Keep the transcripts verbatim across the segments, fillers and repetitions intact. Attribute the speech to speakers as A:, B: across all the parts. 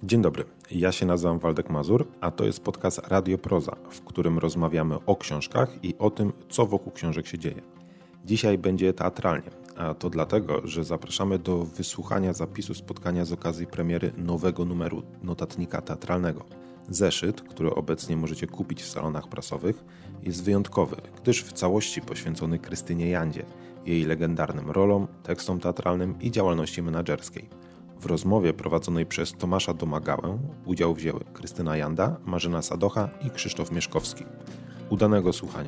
A: Dzień dobry, ja się nazywam Waldek Mazur, a to jest podcast Radio Proza, w którym rozmawiamy o książkach i o tym, co wokół książek się dzieje. Dzisiaj będzie teatralnie, a to dlatego, że zapraszamy do wysłuchania zapisu spotkania z okazji premiery nowego numeru notatnika teatralnego. Zeszyt, który obecnie możecie kupić w salonach prasowych, jest wyjątkowy, gdyż w całości poświęcony Krystynie Jandzie, jej legendarnym rolom, tekstom teatralnym i działalności menadżerskiej. W rozmowie prowadzonej przez Tomasza Domagałę udział wzięły Krystyna Janda, Marzena Sadocha i Krzysztof Mieszkowski. Udanego słuchania.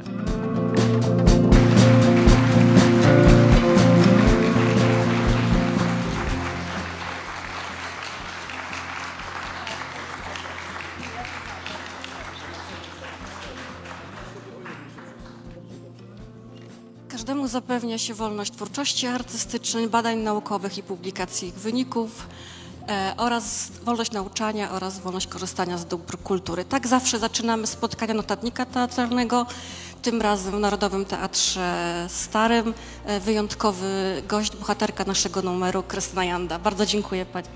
B: Każdemu zapewnia się wolność twórczości artystycznej, badań naukowych i publikacji ich wyników e, oraz wolność nauczania oraz wolność korzystania z dóbr kultury. Tak zawsze zaczynamy spotkania notatnika teatralnego, tym razem w Narodowym Teatrze Starym. E, wyjątkowy gość, bohaterka naszego numeru, Krystyna Janda. Bardzo dziękuję Pani.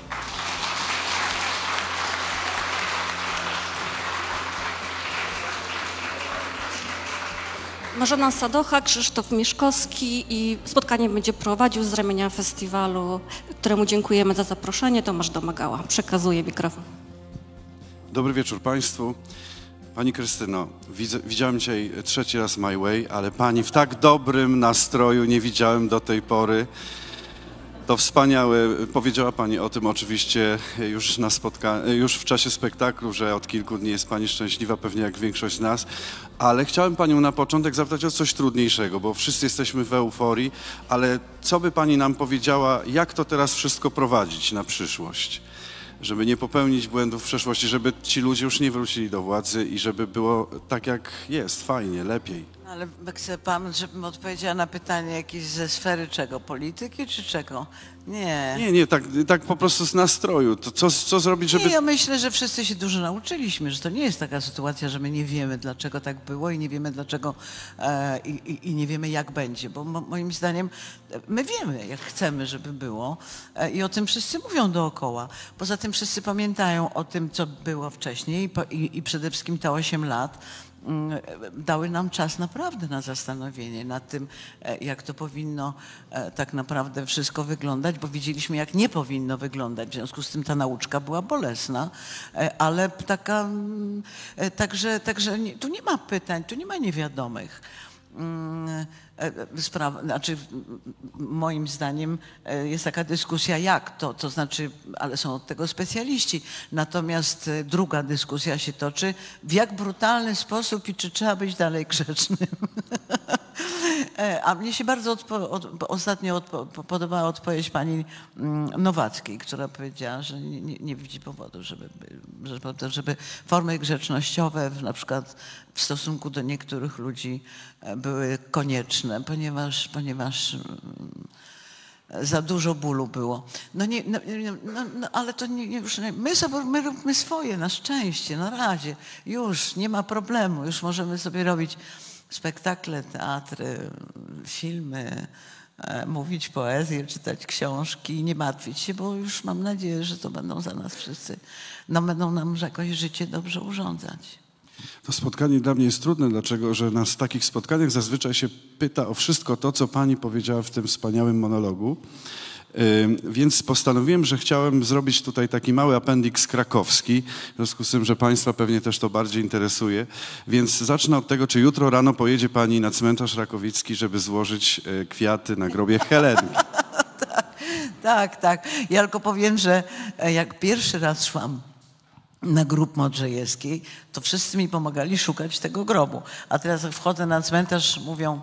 B: Marzena Sadocha, Krzysztof Mieszkowski i spotkanie będzie prowadził z ramienia festiwalu, któremu dziękujemy za zaproszenie, Tomasz Domagała. Przekazuję mikrofon.
C: Dobry wieczór Państwu. Pani Krystyno, widzę, widziałem dzisiaj trzeci raz My Way, ale Pani w tak dobrym nastroju nie widziałem do tej pory. To wspaniałe. Powiedziała Pani o tym oczywiście już, na spotka- już w czasie spektaklu, że od kilku dni jest Pani szczęśliwa, pewnie jak większość z nas. Ale chciałem Panią na początek zapytać o coś trudniejszego, bo wszyscy jesteśmy w euforii, ale co by Pani nam powiedziała, jak to teraz wszystko prowadzić na przyszłość? Żeby nie popełnić błędów w przeszłości, żeby ci ludzie już nie wrócili do władzy i żeby było tak jak jest, fajnie, lepiej.
D: Ale chce Pan, żebym odpowiedziała na pytanie jakieś ze sfery czego? Polityki czy czego? Nie.
C: Nie, nie, tak, tak po prostu z nastroju. To co, co zrobić, żeby...
D: Nie, ja myślę, że wszyscy się dużo nauczyliśmy, że to nie jest taka sytuacja, że my nie wiemy, dlaczego tak było i nie wiemy dlaczego e, i, i nie wiemy, jak będzie, bo mo, moim zdaniem my wiemy, jak chcemy, żeby było e, i o tym wszyscy mówią dookoła. Poza tym wszyscy pamiętają o tym, co było wcześniej i, i, i przede wszystkim te osiem lat dały nam czas naprawdę na zastanowienie nad tym, jak to powinno tak naprawdę wszystko wyglądać, bo widzieliśmy, jak nie powinno wyglądać. W związku z tym ta nauczka była bolesna, ale taka, także, także nie, tu nie ma pytań, tu nie ma niewiadomych. Sprawa, znaczy moim zdaniem jest taka dyskusja jak to, to znaczy, ale są od tego specjaliści. Natomiast druga dyskusja się toczy, w jak brutalny sposób i czy trzeba być dalej grzecznym. A mnie się bardzo odpo, od, ostatnio odpo, podobała odpowiedź pani Nowackiej, która powiedziała, że nie, nie, nie widzi powodu, żeby, żeby, żeby formy grzecznościowe na przykład w stosunku do niektórych ludzi były konieczne, ponieważ, ponieważ za dużo bólu było. No nie, no, no, no ale to nie, już nie, my, sobie, my róbmy swoje, na szczęście, na razie. Już nie ma problemu, już możemy sobie robić spektakle, teatry, filmy, e, mówić poezję, czytać książki i nie martwić się, bo już mam nadzieję, że to będą za nas wszyscy, no będą nam jakoś życie dobrze urządzać.
C: To spotkanie dla mnie jest trudne, dlaczego że na takich spotkaniach zazwyczaj się pyta o wszystko to, co Pani powiedziała w tym wspaniałym monologu. Yy, więc postanowiłem, że chciałem zrobić tutaj taki mały appendix krakowski, w związku z tym, że Państwa pewnie też to bardziej interesuje. Więc zacznę od tego, czy jutro rano pojedzie Pani na cmentarz rakowicki, żeby złożyć yy, kwiaty na grobie Helenki.
D: tak, tak, tak. Ja tylko powiem, że jak pierwszy raz szłam na grób Modrzejewskiej, to wszyscy mi pomagali szukać tego grobu. A teraz jak wchodzę na cmentarz, mówią...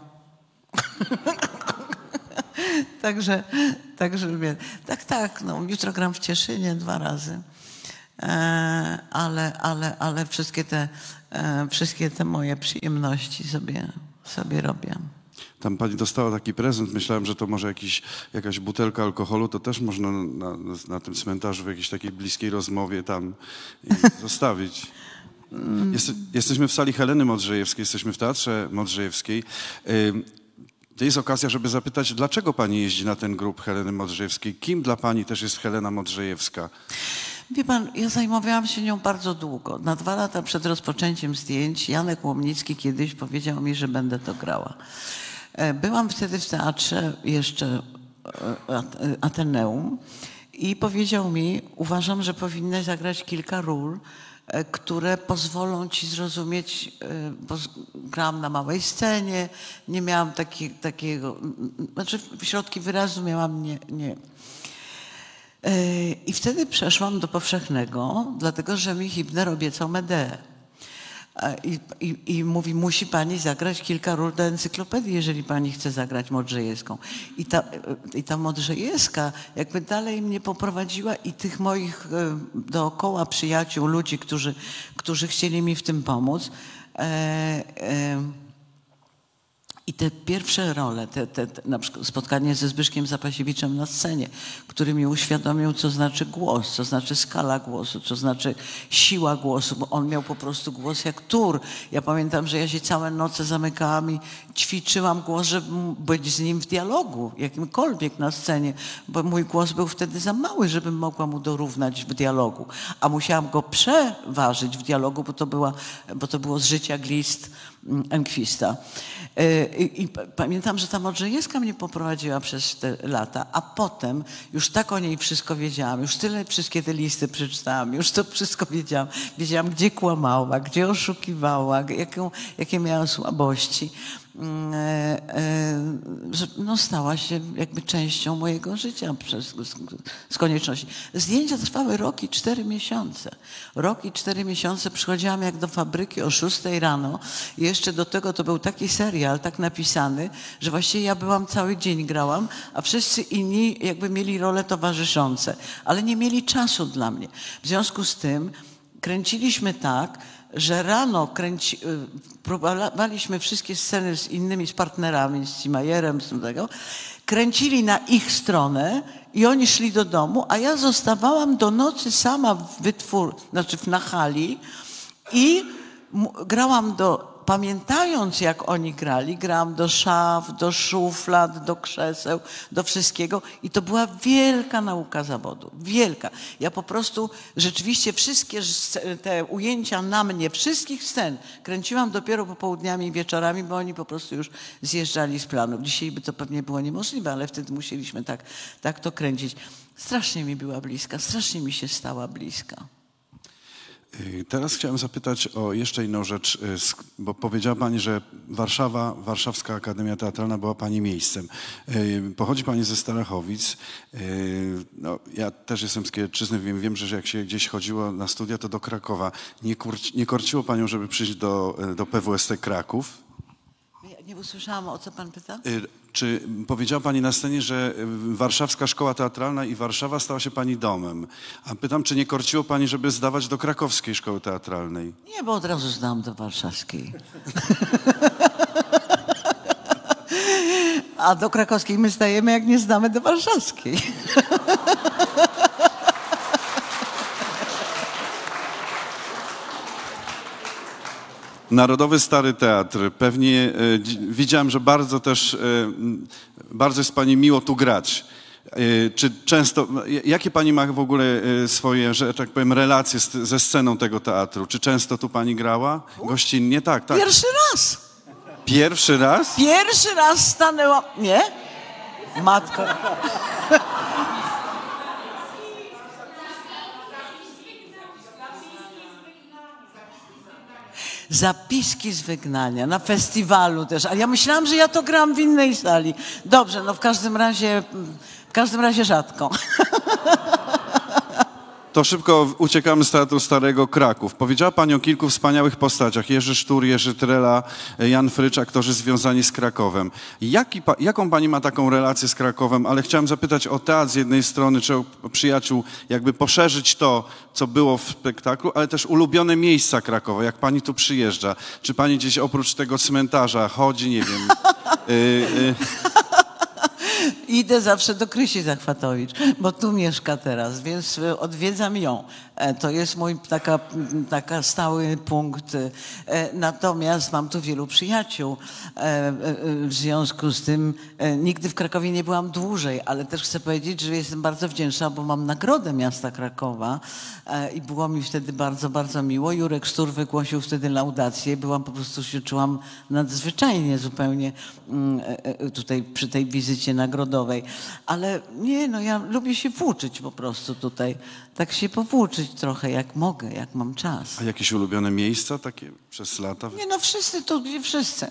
D: Także, także tak, tak, no, jutro gram w Cieszynie dwa razy, e, ale, ale, ale wszystkie te, e, wszystkie te moje przyjemności sobie, sobie robię.
C: Tam Pani dostała taki prezent, myślałem, że to może jakiś, jakaś butelka alkoholu, to też można na, na tym cmentarzu w jakiejś takiej bliskiej rozmowie tam zostawić. Jest, jesteśmy w sali Heleny Modrzejewskiej, jesteśmy w Teatrze Modrzejewskiej. To jest okazja, żeby zapytać, dlaczego Pani jeździ na ten grób Heleny Modrzejewskiej? Kim dla Pani też jest Helena Modrzejewska?
D: Wie pan, ja zajmowałam się nią bardzo długo. Na dwa lata przed rozpoczęciem zdjęć Janek Łomnicki kiedyś powiedział mi, że będę to grała. Byłam wtedy w teatrze jeszcze Ateneum i powiedział mi, uważam, że powinnaś zagrać kilka ról, które pozwolą ci zrozumieć, bo grałam na małej scenie, nie miałam taki, takiego, znaczy środki wyrazu miałam nie, nie. I wtedy przeszłam do powszechnego, dlatego że mi Hibner obiecał Medeę. I, i, I mówi, musi pani zagrać kilka ról do encyklopedii, jeżeli pani chce zagrać Modrzejewską. I ta, i ta Modrzejewska jakby dalej mnie poprowadziła i tych moich dookoła przyjaciół, ludzi, którzy, którzy chcieli mi w tym pomóc. E, e, I te pierwsze role, te, te, te, na przykład spotkanie ze Zbyszkiem Zapasiewiczem na scenie, który mi uświadomił, co znaczy głos, co znaczy skala głosu, co znaczy siła głosu, bo on miał po prostu głos jak tur. Ja pamiętam, że ja się całe noce zamykałam i ćwiczyłam głos, żeby być z nim w dialogu, jakimkolwiek na scenie, bo mój głos był wtedy za mały, żebym mogła mu dorównać w dialogu. A musiałam go przeważyć w dialogu, bo to, była, bo to było z życia glist Enquista. I, I pamiętam, że ta Modrzejewska mnie poprowadziła przez te lata, a potem już tak o niej wszystko wiedziałam, już tyle wszystkie te listy przeczytałam, już to wszystko wiedziałam. Wiedziałam, gdzie kłamała, gdzie oszukiwała, jaką, jakie miała słabości. Że no, stała się jakby częścią mojego życia przez, z konieczności. Zdjęcia trwały rok i cztery miesiące. Rok i cztery miesiące przychodziłam jak do fabryki o szóstej rano i jeszcze do tego to był taki serial, tak napisany, że właściwie ja byłam cały dzień, grałam, a wszyscy inni jakby mieli role towarzyszące, ale nie mieli czasu dla mnie. W związku z tym kręciliśmy tak, że rano kręci, próbowaliśmy wszystkie sceny z innymi, z partnerami, z Cimajerem, z tego, kręcili na ich stronę i oni szli do domu, a ja zostawałam do nocy sama w wytwór, znaczy na hali i grałam do, pamiętając jak oni grali, grałam do szaf, do szuflad, do krzeseł, do wszystkiego i to była wielka nauka zawodu, wielka. Ja po prostu rzeczywiście wszystkie te ujęcia na mnie, wszystkich scen kręciłam dopiero popołudniami i wieczorami, bo oni po prostu już zjeżdżali z planów. Dzisiaj by to pewnie było niemożliwe, ale wtedy musieliśmy tak, tak to kręcić. Strasznie mi była bliska, strasznie mi się stała bliska.
C: Teraz chciałem zapytać o jeszcze inną rzecz, bo powiedziała pani, że Warszawa, Warszawska Akademia Teatralna była pani miejscem. Pochodzi pani ze Starachowic. No, ja też jestem z Kielecczyzny, wiem, wiem, że jak się gdzieś chodziło na studia, to do Krakowa. Nie, kurci, nie korciło panią, żeby przyjść do, do P W S T Kraków?
D: Ja nie usłyszałam, o co pan pyta?
C: Czy powiedziała pani na scenie, że Warszawska Szkoła Teatralna i Warszawa stała się pani domem? A pytam, czy nie korciło pani, żeby zdawać do Krakowskiej Szkoły Teatralnej?
D: Nie, bo od razu zdałam do Warszawskiej. A do Krakowskiej my zdajemy, jak nie zdamy do Warszawskiej.
C: Narodowy Stary Teatr. Pewnie e, widziałem, że bardzo też, e, bardzo jest pani miło tu grać. E, czy często, jakie pani ma w ogóle e, swoje, że tak powiem, relacje z, ze sceną tego teatru? Czy często tu pani grała? Gościnnie? Tak, tak.
D: Pierwszy raz.
C: Pierwszy raz?
D: Pierwszy raz stanęłam... Nie? Matko. Zapiski z wygnania, na festiwalu też. A ja myślałam, że ja to gram w innej sali. Dobrze, no w każdym razie, w każdym razie rzadko.
C: To szybko uciekamy z Teatru Starego Kraków. Powiedziała pani o kilku wspaniałych postaciach. Jerzy Sztur, Jerzy Trela, Jan Frycz, aktorzy związani z Krakowem. Jaki, jaką pani ma taką relację z Krakowem? Ale chciałem zapytać o teatr z jednej strony, czy o przyjaciół, jakby poszerzyć to, co było w spektaklu, ale też ulubione miejsca Krakowa. Jak pani tu przyjeżdża? Czy pani gdzieś oprócz tego cmentarza chodzi, nie wiem... y, y,
D: idę zawsze do Krysi Zachwatowicz, bo tu mieszka teraz, więc odwiedzam ją. E, To jest mój taka, taka stały punkt. E, Natomiast mam tu wielu przyjaciół. E, e, W związku z tym e, nigdy w Krakowie nie byłam dłużej, ale też chcę powiedzieć, że jestem bardzo wdzięczna, bo mam nagrodę miasta Krakowa e, i było mi wtedy bardzo, bardzo miło. Jurek Sztur wygłosił wtedy laudację. Byłam po prostu, się czułam nadzwyczajnie zupełnie mm, e, e, tutaj przy tej wizycie nagrodowej. Ale nie, no ja lubię się włóczyć po prostu tutaj. Tak się powłóczyć trochę, jak mogę, jak mam czas.
C: A jakieś ulubione miejsca takie przez lata?
D: Nie no, wszyscy tu, gdzie wszyscy.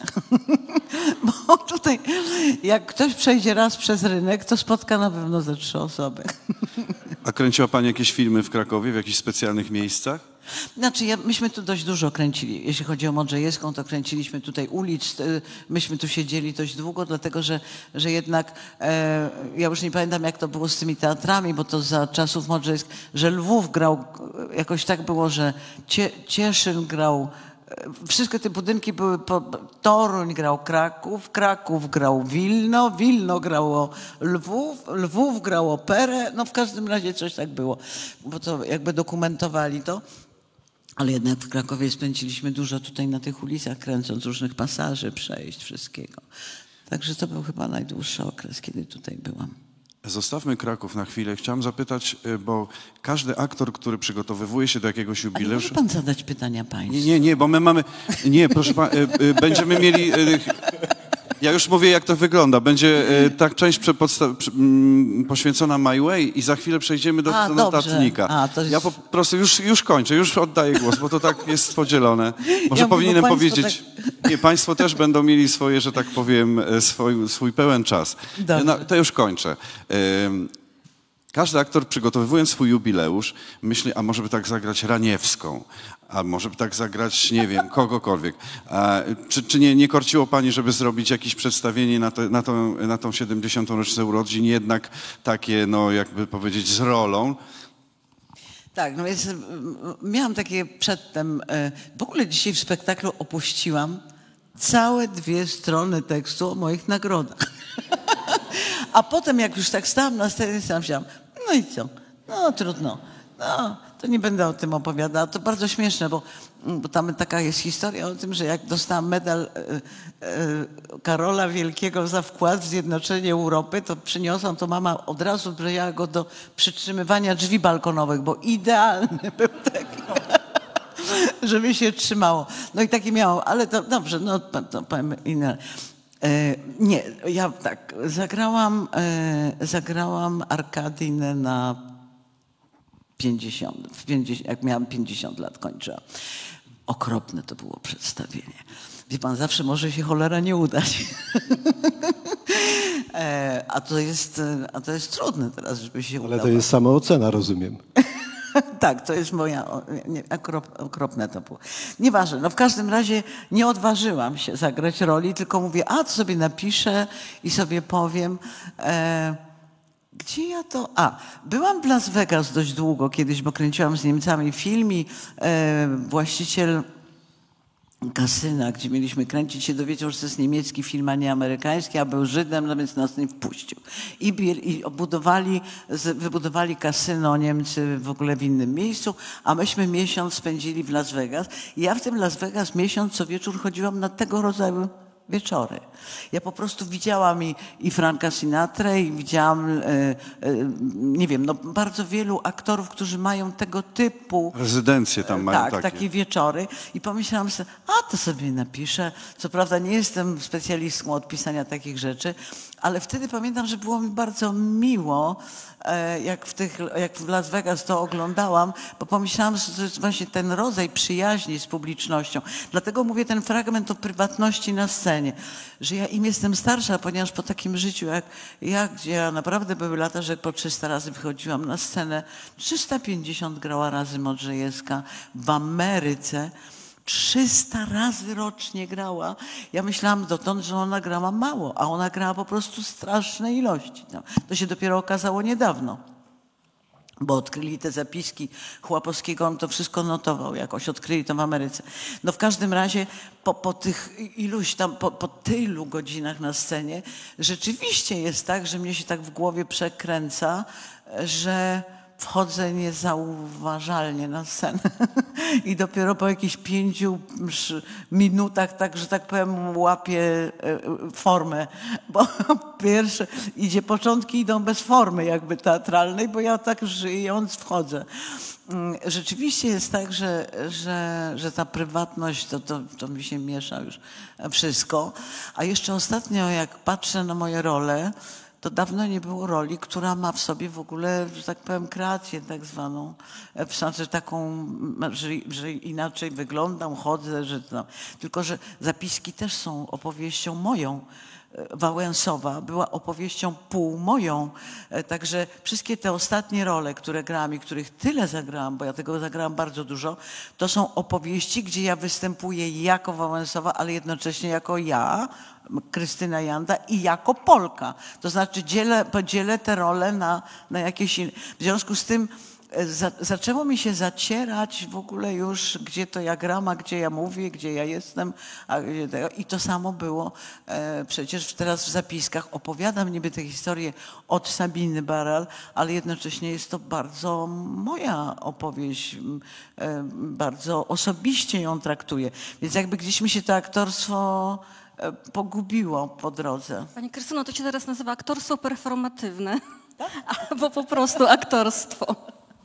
D: Bo tutaj, jak ktoś przejdzie raz przez rynek, to spotka na pewno ze trzy osoby.
C: A kręciła pani jakieś filmy w Krakowie, w jakichś specjalnych miejscach?
D: Znaczy, ja, myśmy tu dość dużo kręcili. Jeśli chodzi o Modrzejewską, to kręciliśmy tutaj ulic. y, Myśmy tu siedzieli dość długo, dlatego że, że jednak, e, ja już nie pamiętam jak to było z tymi teatrami, bo to za czasów Modrzejewskich, że Lwów grał, e, jakoś tak było, że Cie, Cieszyn grał, e, wszystkie te budynki były, po, Toruń grał Kraków, Kraków grał Wilno, Wilno grało Lwów, Lwów grało Perę, no w każdym razie coś tak było, bo to jakby dokumentowali to. Ale jednak w Krakowie spędziliśmy dużo tutaj na tych ulicach, kręcąc różnych pasaży, przejść, wszystkiego. Także to był chyba najdłuższy okres, kiedy tutaj byłam.
C: Zostawmy Kraków na chwilę. Chciałem zapytać, y, bo każdy aktor, który przygotowywuje się do jakiegoś
D: A nie może
C: jubileuszu...
D: pan zadać pytania państwu?
C: Nie, nie, nie, bo my mamy... Nie, proszę pana, będziemy mieli... y, Ja już mówię, jak to wygląda. Będzie y, ta część prze- podsta- przy- mm, poświęcona My Way i za chwilę przejdziemy do,
D: A,
C: do
D: dobrze.
C: notatnika.
D: A, to jest-
C: Ja po prostu już, już kończę, już oddaję głos, bo to tak jest podzielone. Może
D: Ja mówię,
C: powinienem
D: bo państwo
C: powiedzieć... Nie, państwo też będą mieli swoje, że tak powiem, e, swój, swój pełen czas.
D: Dobrze.
C: No, to już kończę. Ym, Każdy aktor, przygotowując swój jubileusz, myśli, a może by tak zagrać Raniewską, a może by tak zagrać, nie wiem, kogokolwiek. A, czy czy nie, nie korciło pani, żeby zrobić jakieś przedstawienie na, te, na, tą, na tą siedemdziesiątą rocznicę urodzin, jednak takie, no jakby powiedzieć, z rolą?
D: Tak, no więc mm, miałam takie przedtem, e, w ogóle dzisiaj w spektaklu opuściłam całe dwie strony tekstu o moich nagrodach. A potem jak już tak stałam na scenie, sam myślałam, no i co, no trudno, no to nie będę o tym opowiadała. To bardzo śmieszne, bo, bo tam taka jest historia o tym, że jak dostałam medal e, e, Karola Wielkiego za wkład w zjednoczenie Europy, to przyniosłam, to mama od razu wzięła go do przytrzymywania drzwi balkonowych, bo idealny był taki, żeby się trzymało. No i takie miałam, ale to dobrze, no to powiem inne. E, nie, ja tak, zagrałam, e, zagrałam Arkadinę na pięćdziesiąt, w pięćdziesiąt, jak miałam pięćdziesiąt lat, kończyłam. Okropne to było przedstawienie. Wie pan, zawsze może się cholera nie udać. e, a, to jest, a to jest trudne teraz, żeby się udało.
E: Ale to jest samoocena, rozumiem.
D: Tak, to jest moja, o, nie, okrop, okropne to było. Nieważne, no w każdym razie nie odważyłam się zagrać roli, tylko mówię, a to sobie napiszę i sobie powiem. E, gdzie ja to... A, byłam w Las Vegas dość długo kiedyś, bo kręciłam z Niemcami film i e, właściciel kasyna, gdzie mieliśmy kręcić, się dowiedział, że to jest niemiecki film, a nie amerykański, a był Żydem, no więc nas nie wpuścił. I, bier- i obudowali, z- wybudowali kasyno Niemcy w ogóle w innym miejscu, a myśmy miesiąc spędzili w Las Vegas. I ja w tym Las Vegas miesiąc co wieczór chodziłam na tego rodzaju wieczory. Ja po prostu widziałam i, i Franka Sinatrę i widziałam, e, e, nie wiem, no bardzo wielu aktorów, którzy mają tego typu
C: Rezydencje tam mają
D: tak,
C: takie.
D: takie wieczory i pomyślałam sobie, a to sobie napiszę. Co prawda nie jestem specjalistką od pisania takich rzeczy, ale wtedy pamiętam, że było mi bardzo miło, e, jak w, tych, jak w Las Vegas to oglądałam, bo pomyślałam, że to jest właśnie ten rodzaj przyjaźni z publicznością. Dlatego mówię ten fragment o prywatności na scenie, że ja im jestem starsza, ponieważ po takim życiu jak ja, gdzie ja naprawdę były lata, że po trzysta razy wychodziłam na scenę, trzysta pięćdziesiąt grała razy Modrzejewska w Ameryce, trzysta razy rocznie grała. Ja myślałam dotąd, że ona grała mało, a ona grała po prostu straszne ilości. No, to się dopiero okazało niedawno. bo odkryli te zapiski Chłapowskiego, on to wszystko notował jakoś, odkryli to w Ameryce. No w każdym razie po, po tych iluś tam, po, po tylu godzinach na scenie, rzeczywiście jest tak, że mnie się tak w głowie przekręca, że wchodzę niezauważalnie na scenę i dopiero po jakichś pięciu minutach, tak, że tak powiem, łapię formę, bo pierwsze idzie, początki idą bez formy jakby teatralnej, bo ja tak żyjąc wchodzę. Rzeczywiście jest tak, że, że, że ta prywatność, to, to, to mi się miesza już wszystko. A jeszcze ostatnio, jak patrzę na moje role, to dawno nie było roli, która ma w sobie w ogóle, że tak powiem, kreację tak zwaną. W sensie taką, że, że inaczej wyglądam, chodzę, że tam. Tylko że zapiski też są opowieścią moją. Wałęsowa była opowieścią pół moją. Także wszystkie te ostatnie role, które grałam i których tyle zagrałam, bo ja tego zagrałam bardzo dużo, to są opowieści, gdzie ja występuję jako Wałęsowa, ale jednocześnie jako ja, Krystyna Janda, i jako Polka. To znaczy dzielę, podzielę te role na, na jakieś inne. W związku z tym za, zaczęło mi się zacierać w ogóle już, gdzie to ja gram, a gdzie ja mówię, gdzie ja jestem. A gdzie to, i to samo było e, przecież teraz w zapiskach. Opowiadam niby tę historię od Sabiny Baral, ale jednocześnie jest to bardzo moja opowieść. E, bardzo osobiście ją traktuję. Więc jakby gdzieś mi się to aktorstwo pogubiło po drodze.
B: Pani Krystyno, to się teraz nazywa aktorstwo performatywne, albo po prostu aktorstwo.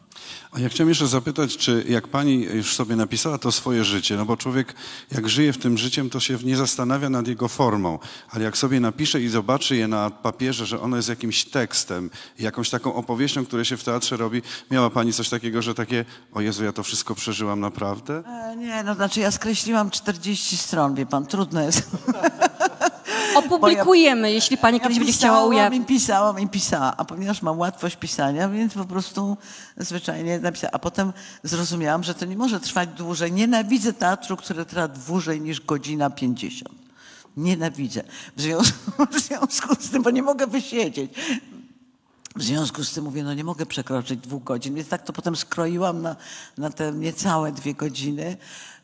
C: A ja chciałem jeszcze zapytać, czy jak pani już sobie napisała to swoje życie, no bo człowiek jak żyje w tym życiem, to się nie zastanawia nad jego formą, ale jak sobie napisze i zobaczy je na papierze, że ono jest jakimś tekstem, jakąś taką opowieścią, która się w teatrze robi, miała pani coś takiego, że takie, o Jezu, ja to wszystko przeżyłam naprawdę?
D: E, nie, no znaczy ja skreśliłam czterdzieści stron, wie pan, trudno jest.
B: Opublikujemy, ja, jeśli pani kiedyś ja będzie chciała ujawnić.
D: I pisałam i pisałam, a ponieważ mam łatwość pisania, więc po prostu zwyczajnie napisałam. A potem zrozumiałam, że to nie może trwać dłużej. Nienawidzę teatru, który trwa dłużej niż godzina pięćdziesiąt. Nienawidzę. W związku, w związku z tym, bo nie mogę wysiedzieć. W związku z tym mówię, no nie mogę przekroczyć dwóch godzin, więc tak to potem skroiłam na, na te niecałe dwie godziny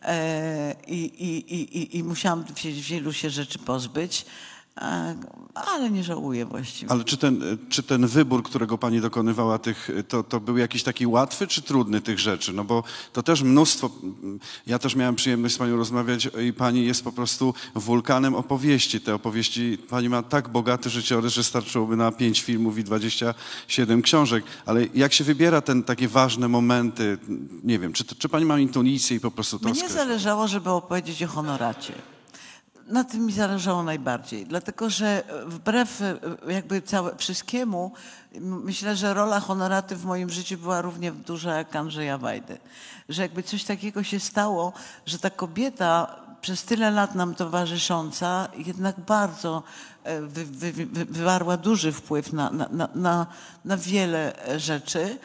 D: e, i, i, i, i musiałam wielu się rzeczy pozbyć, e, ale nie żałuję właściwie.
C: Ale czy ten, czy ten wybór, którego pani dokonywała, tych, to, to był jakiś taki łatwy czy trudny tych rzeczy? No bo to też mnóstwo, ja też miałem przyjemność z panią rozmawiać i pani jest po prostu wulkanem opowieści. Te opowieści, pani ma tak bogaty życiorys, że starczyłoby na pięć filmów i dwadzieścia siedem książek. Ale jak się wybiera ten takie ważne momenty, nie wiem, czy, czy pani ma intuicję i po prostu to
D: Mnie
C: skreśla?
D: zależało, żeby opowiedzieć o honoracie. Na tym mi zależało najbardziej, dlatego że wbrew jakby całe, wszystkiemu, myślę, że rola Honoraty w moim życiu była równie duża jak Andrzeja Wajdy. Że jakby coś takiego się stało, że ta kobieta przez tyle lat nam towarzysząca jednak bardzo wy, wy, wy, wywarła duży wpływ na, na, na, na, na wiele rzeczy.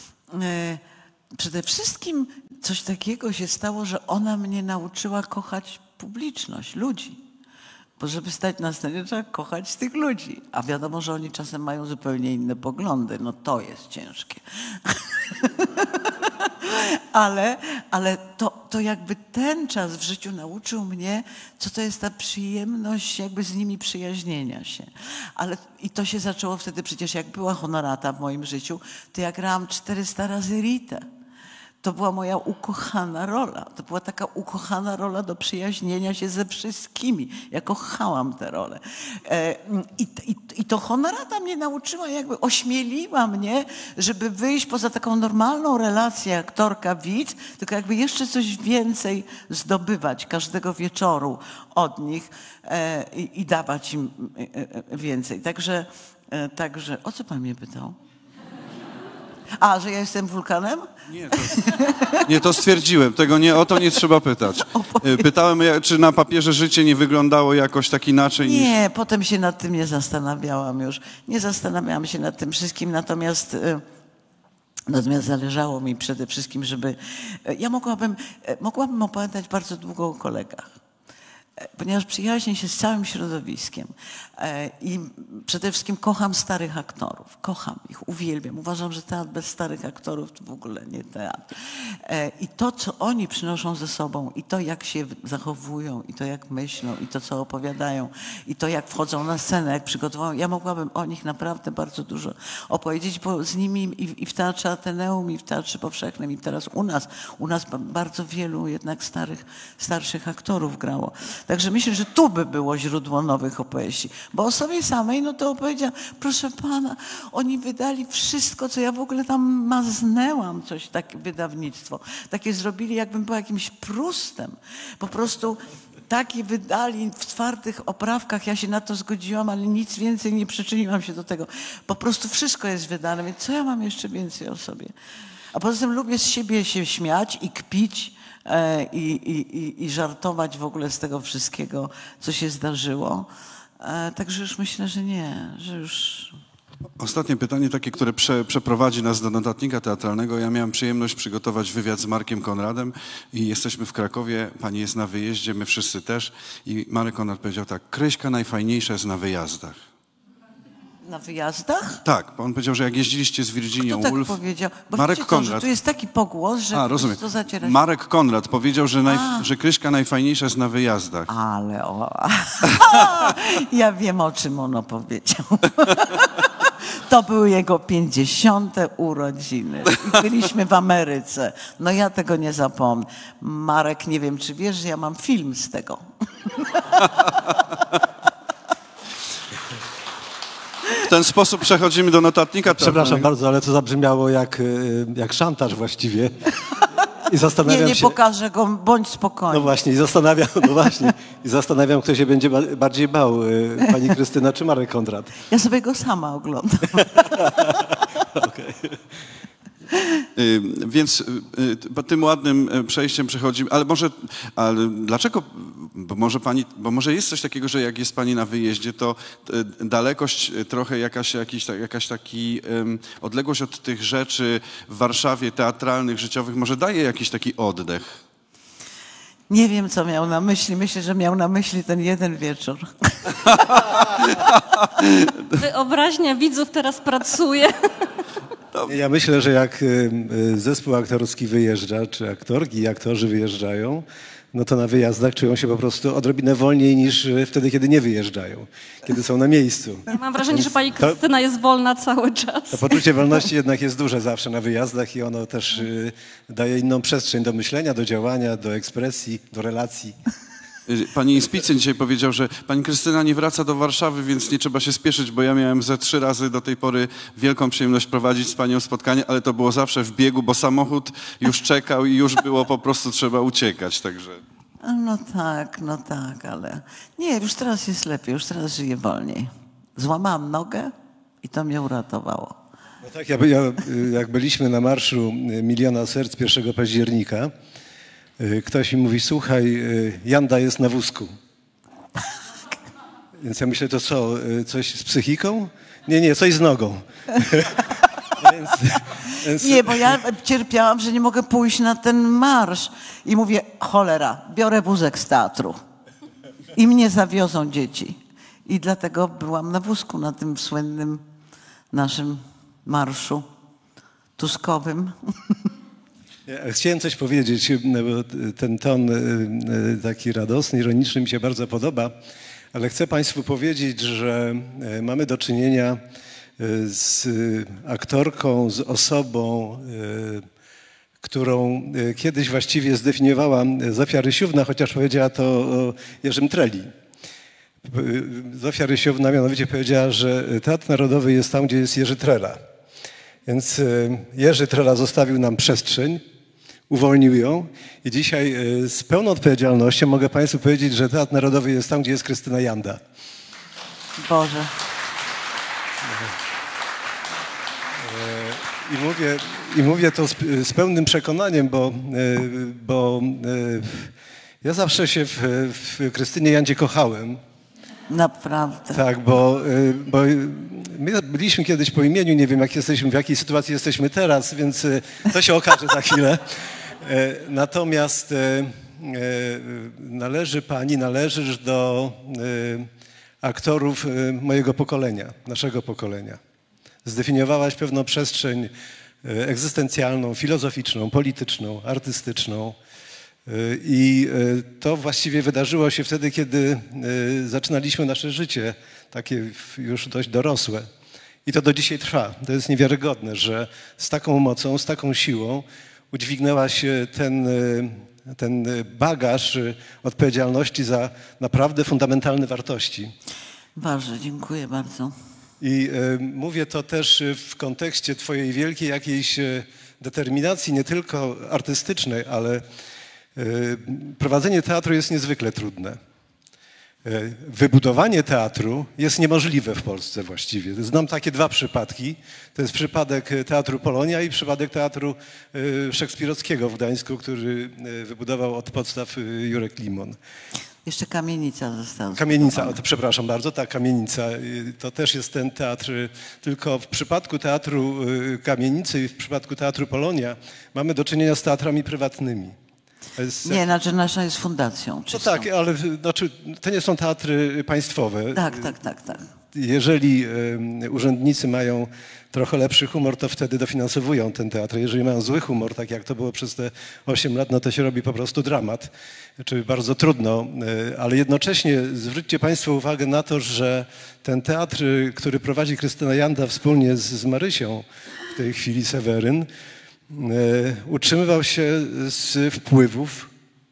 D: Przede wszystkim coś takiego się stało, że ona mnie nauczyła kochać publiczność, ludzi. Bo żeby stać na scenie, trzeba kochać tych ludzi. A wiadomo, że oni czasem mają zupełnie inne poglądy. No to jest ciężkie. ale ale to, to jakby ten czas w życiu nauczył mnie, co to jest ta przyjemność jakby z nimi przyjaźnienia się. Ale i to się zaczęło wtedy przecież, jak była Honorata w moim życiu, to ja grałam czterysta razy Ritę. To była moja ukochana rola. To była taka ukochana rola do przyjaźnienia się ze wszystkimi. Ja kochałam tę rolę. E, i, i, I to Honorata mnie nauczyła, jakby ośmieliła mnie, żeby wyjść poza taką normalną relację aktorka-widz, tylko jakby jeszcze coś więcej zdobywać każdego wieczoru od nich e, i, i dawać im e, więcej. Także, e, także, o co pan mnie pytał? A, że ja jestem wulkanem?
C: Nie to, nie, to stwierdziłem. Tego nie, o to nie trzeba pytać. Pytałem, czy na papierze życie nie wyglądało jakoś tak inaczej niż...
D: Nie, potem się nad tym nie zastanawiałam już. Nie zastanawiałam się nad tym wszystkim, natomiast... Natomiast zależało mi przede wszystkim, żeby... Ja mogłabym, mogłabym opowiadać bardzo długo o kolegach. ponieważ przyjaźnię się z całym środowiskiem e, i przede wszystkim kocham starych aktorów. Kocham ich, uwielbiam. Uważam, że teatr bez starych aktorów to w ogóle nie teatr. E, I to, co oni przynoszą ze sobą, i to, jak się zachowują, i to, jak myślą, i to, co opowiadają, i to, jak wchodzą na scenę, jak przygotowują. Ja mogłabym o nich naprawdę bardzo dużo opowiedzieć, bo z nimi i, i w Teatrze Ateneum, i w Teatrze Powszechnym, i teraz u nas, u nas bardzo wielu jednak starych, starszych aktorów grało. Także myślę, że tu by było źródło nowych opowieści. Bo o sobie samej, no to opowiedziałam, proszę pana, oni wydali wszystko, co ja w ogóle tam maznęłam, coś takie wydawnictwo. Takie zrobili, jakbym była jakimś Prustem. Po prostu taki wydali w twardych oprawkach, ja się na to zgodziłam, ale nic więcej nie przyczyniłam się do tego. Po prostu wszystko jest wydane, więc co ja mam jeszcze więcej o sobie? A poza tym lubię z siebie się śmiać i kpić, I, i, i, i żartować w ogóle z tego wszystkiego, co się zdarzyło. Także już myślę, że nie, że już...
C: Ostatnie pytanie, takie, które prze, przeprowadzi nas do notatnika teatralnego. Ja miałem przyjemność przygotować wywiad z Markiem Konradem i jesteśmy w Krakowie, pani jest na wyjeździe, my wszyscy też. I Marek Konrad powiedział tak, Kryśka najfajniejsza jest na wyjazdach.
D: Na wyjazdach?
C: Tak, on powiedział, że jak jeździliście z Virginią
D: Kto tak
C: Woolf...
D: powiedział? Bo
C: Marek
D: wiecie co,
C: Konrad.
D: że tu jest taki pogłos, że
C: A, rozumiem.
D: to zaciera się.
C: Marek Konrad powiedział, że, naj... że Kryśka najfajniejsza jest na wyjazdach.
D: Ale o... Ja wiem, o czym on opowiedział. To były jego pięćdziesiąte urodziny. I byliśmy w Ameryce. No ja tego nie zapomnę. Marek, nie wiem, czy wiesz, że ja mam film z tego.
C: W ten sposób przechodzimy do notatnika
E: Przepraszam
C: teatralnego.
E: bardzo, ale to zabrzmiało jak, jak szantaż właściwie. I zastanawiam
D: Nie, nie
E: się...
D: pokażę go, bądź spokojny.
E: No właśnie, i zastanawiam, no właśnie, i zastanawiam, kto się będzie ba- bardziej bał, y, pani Krystyna czy Marek Konrad.
D: Ja sobie go sama oglądam.
E: Okay.
C: Y, Więc y, tym ładnym y, przejściem przechodzimy, ale może, ale dlaczego, bo może pani, bo może jest coś takiego, że jak jest pani na wyjeździe, to y, dalekość y, trochę jakaś, jakiś, ta- jakaś taki, ym, odległość od tych rzeczy w Warszawie teatralnych, życiowych, może daje jakiś taki oddech.
D: Nie wiem, co miał na myśli. Myślę, że miał na myśli ten jeden wieczór.
B: Wyobraźnia widzów teraz pracuje.
E: Ja myślę, że jak y, y, zespół aktorski wyjeżdża, czy aktorki i aktorzy wyjeżdżają, no to na wyjazdach czują się po prostu odrobinę wolniej niż y, wtedy, kiedy nie wyjeżdżają, kiedy są na miejscu.
B: Ja mam wrażenie, że pani Krystyna jest wolna cały czas.
E: To poczucie wolności jednak jest duże zawsze na wyjazdach i ono też y, daje inną przestrzeń do myślenia, do działania, do ekspresji, do relacji.
C: Y, Pani Inspicyn dzisiaj powiedział, że pani Krystyna nie wraca do Warszawy, więc nie trzeba się spieszyć, bo ja miałem ze trzy razy do tej pory wielką przyjemność prowadzić z panią spotkanie, ale to było zawsze w biegu, bo samochód już czekał i już było po prostu trzeba uciekać, także...
D: No tak, no tak, ale nie, już teraz jest lepiej, już teraz żyję wolniej. Złamałam nogę i to mnie uratowało.
E: No tak, ja, by- ja, y, jak byliśmy na marszu y, Miliona Serc pierwszego października, y, ktoś mi mówi, słuchaj, y, Janda jest na wózku. Więc ja myślę, to co, y, coś z psychiką? Nie, nie, coś z nogą. więc, więc,
D: Nie, bo ja cierpiałam, że nie mogę pójść na ten marsz. I mówię, cholera, biorę wózek z teatru. I mnie zawiozą dzieci. I dlatego byłam na wózku na tym słynnym naszym marszu tuskowym.
E: Ja chciałem coś powiedzieć, no bo ten ton y, y, taki radosny, ironiczny mi się bardzo podoba, ale chcę Państwu powiedzieć, że y, mamy do czynienia y, z y, aktorką, z osobą, y, którą y, kiedyś właściwie zdefiniowała Zofia Rysiówna, chociaż powiedziała to o Jerzym Treli. Y, Zofia Rysiówna mianowicie powiedziała, że Teatr Narodowy jest tam, gdzie jest Jerzy Trela. Więc y, Jerzy Trela zostawił nam przestrzeń, uwolnił ją i dzisiaj y, z pełną odpowiedzialnością mogę Państwu powiedzieć, że Teatr Narodowy jest tam, gdzie jest Krystyna Janda.
D: Boże.
E: I mówię, i mówię to z, z pełnym przekonaniem, bo, y, bo y, ja zawsze się w, w Krystynie Jandzie kochałem.
D: Naprawdę.
E: Tak, bo, y, bo my byliśmy kiedyś po imieniu, nie wiem jak jesteśmy, w jakiej sytuacji jesteśmy teraz, więc y, to się okaże za chwilę. Y, Natomiast y, należy pani, należysz do aktorów mojego pokolenia, naszego pokolenia. Zdefiniowałaś pewną przestrzeń egzystencjalną, filozoficzną, polityczną, artystyczną. I to właściwie wydarzyło się wtedy, kiedy zaczynaliśmy nasze życie, takie już dość dorosłe. I to do dzisiaj trwa. To jest niewiarygodne, że z taką mocą, z taką siłą udźwignęłaś ten, ten bagaż odpowiedzialności za naprawdę fundamentalne wartości.
D: Bardzo, dziękuję bardzo.
E: I y, mówię to też w kontekście twojej wielkiej jakiejś determinacji, nie tylko artystycznej, ale y, prowadzenie teatru jest niezwykle trudne. Y, wybudowanie teatru jest niemożliwe w Polsce właściwie. Znam takie dwa przypadki. To jest przypadek Teatru Polonia i przypadek Teatru y, Szekspirowskiego w Gdańsku, który y, wybudował od podstaw y, Jurek Limon.
D: Jeszcze Kamienica została.
E: Kamienica, to przepraszam bardzo, ta Kamienica, to też jest ten teatr, tylko w przypadku Teatru Kamienicy i w przypadku Teatru Polonia mamy do czynienia z teatrami prywatnymi. Jest...
D: Nie, znaczy nasza jest fundacją.
E: No tak, ale znaczy, to nie są teatry państwowe.
D: Tak, tak, tak, tak.
E: Jeżeli y, urzędnicy mają trochę lepszy humor, to wtedy dofinansowują ten teatr. Jeżeli mają zły humor, tak jak to było przez te osiem lat, no to się robi po prostu dramat, czyli bardzo trudno. Y, ale jednocześnie zwróćcie państwo uwagę na to, że ten teatr, który prowadzi Krystyna Janda wspólnie z, z Marysią, w tej chwili Seweryn, y, utrzymywał się z wpływów,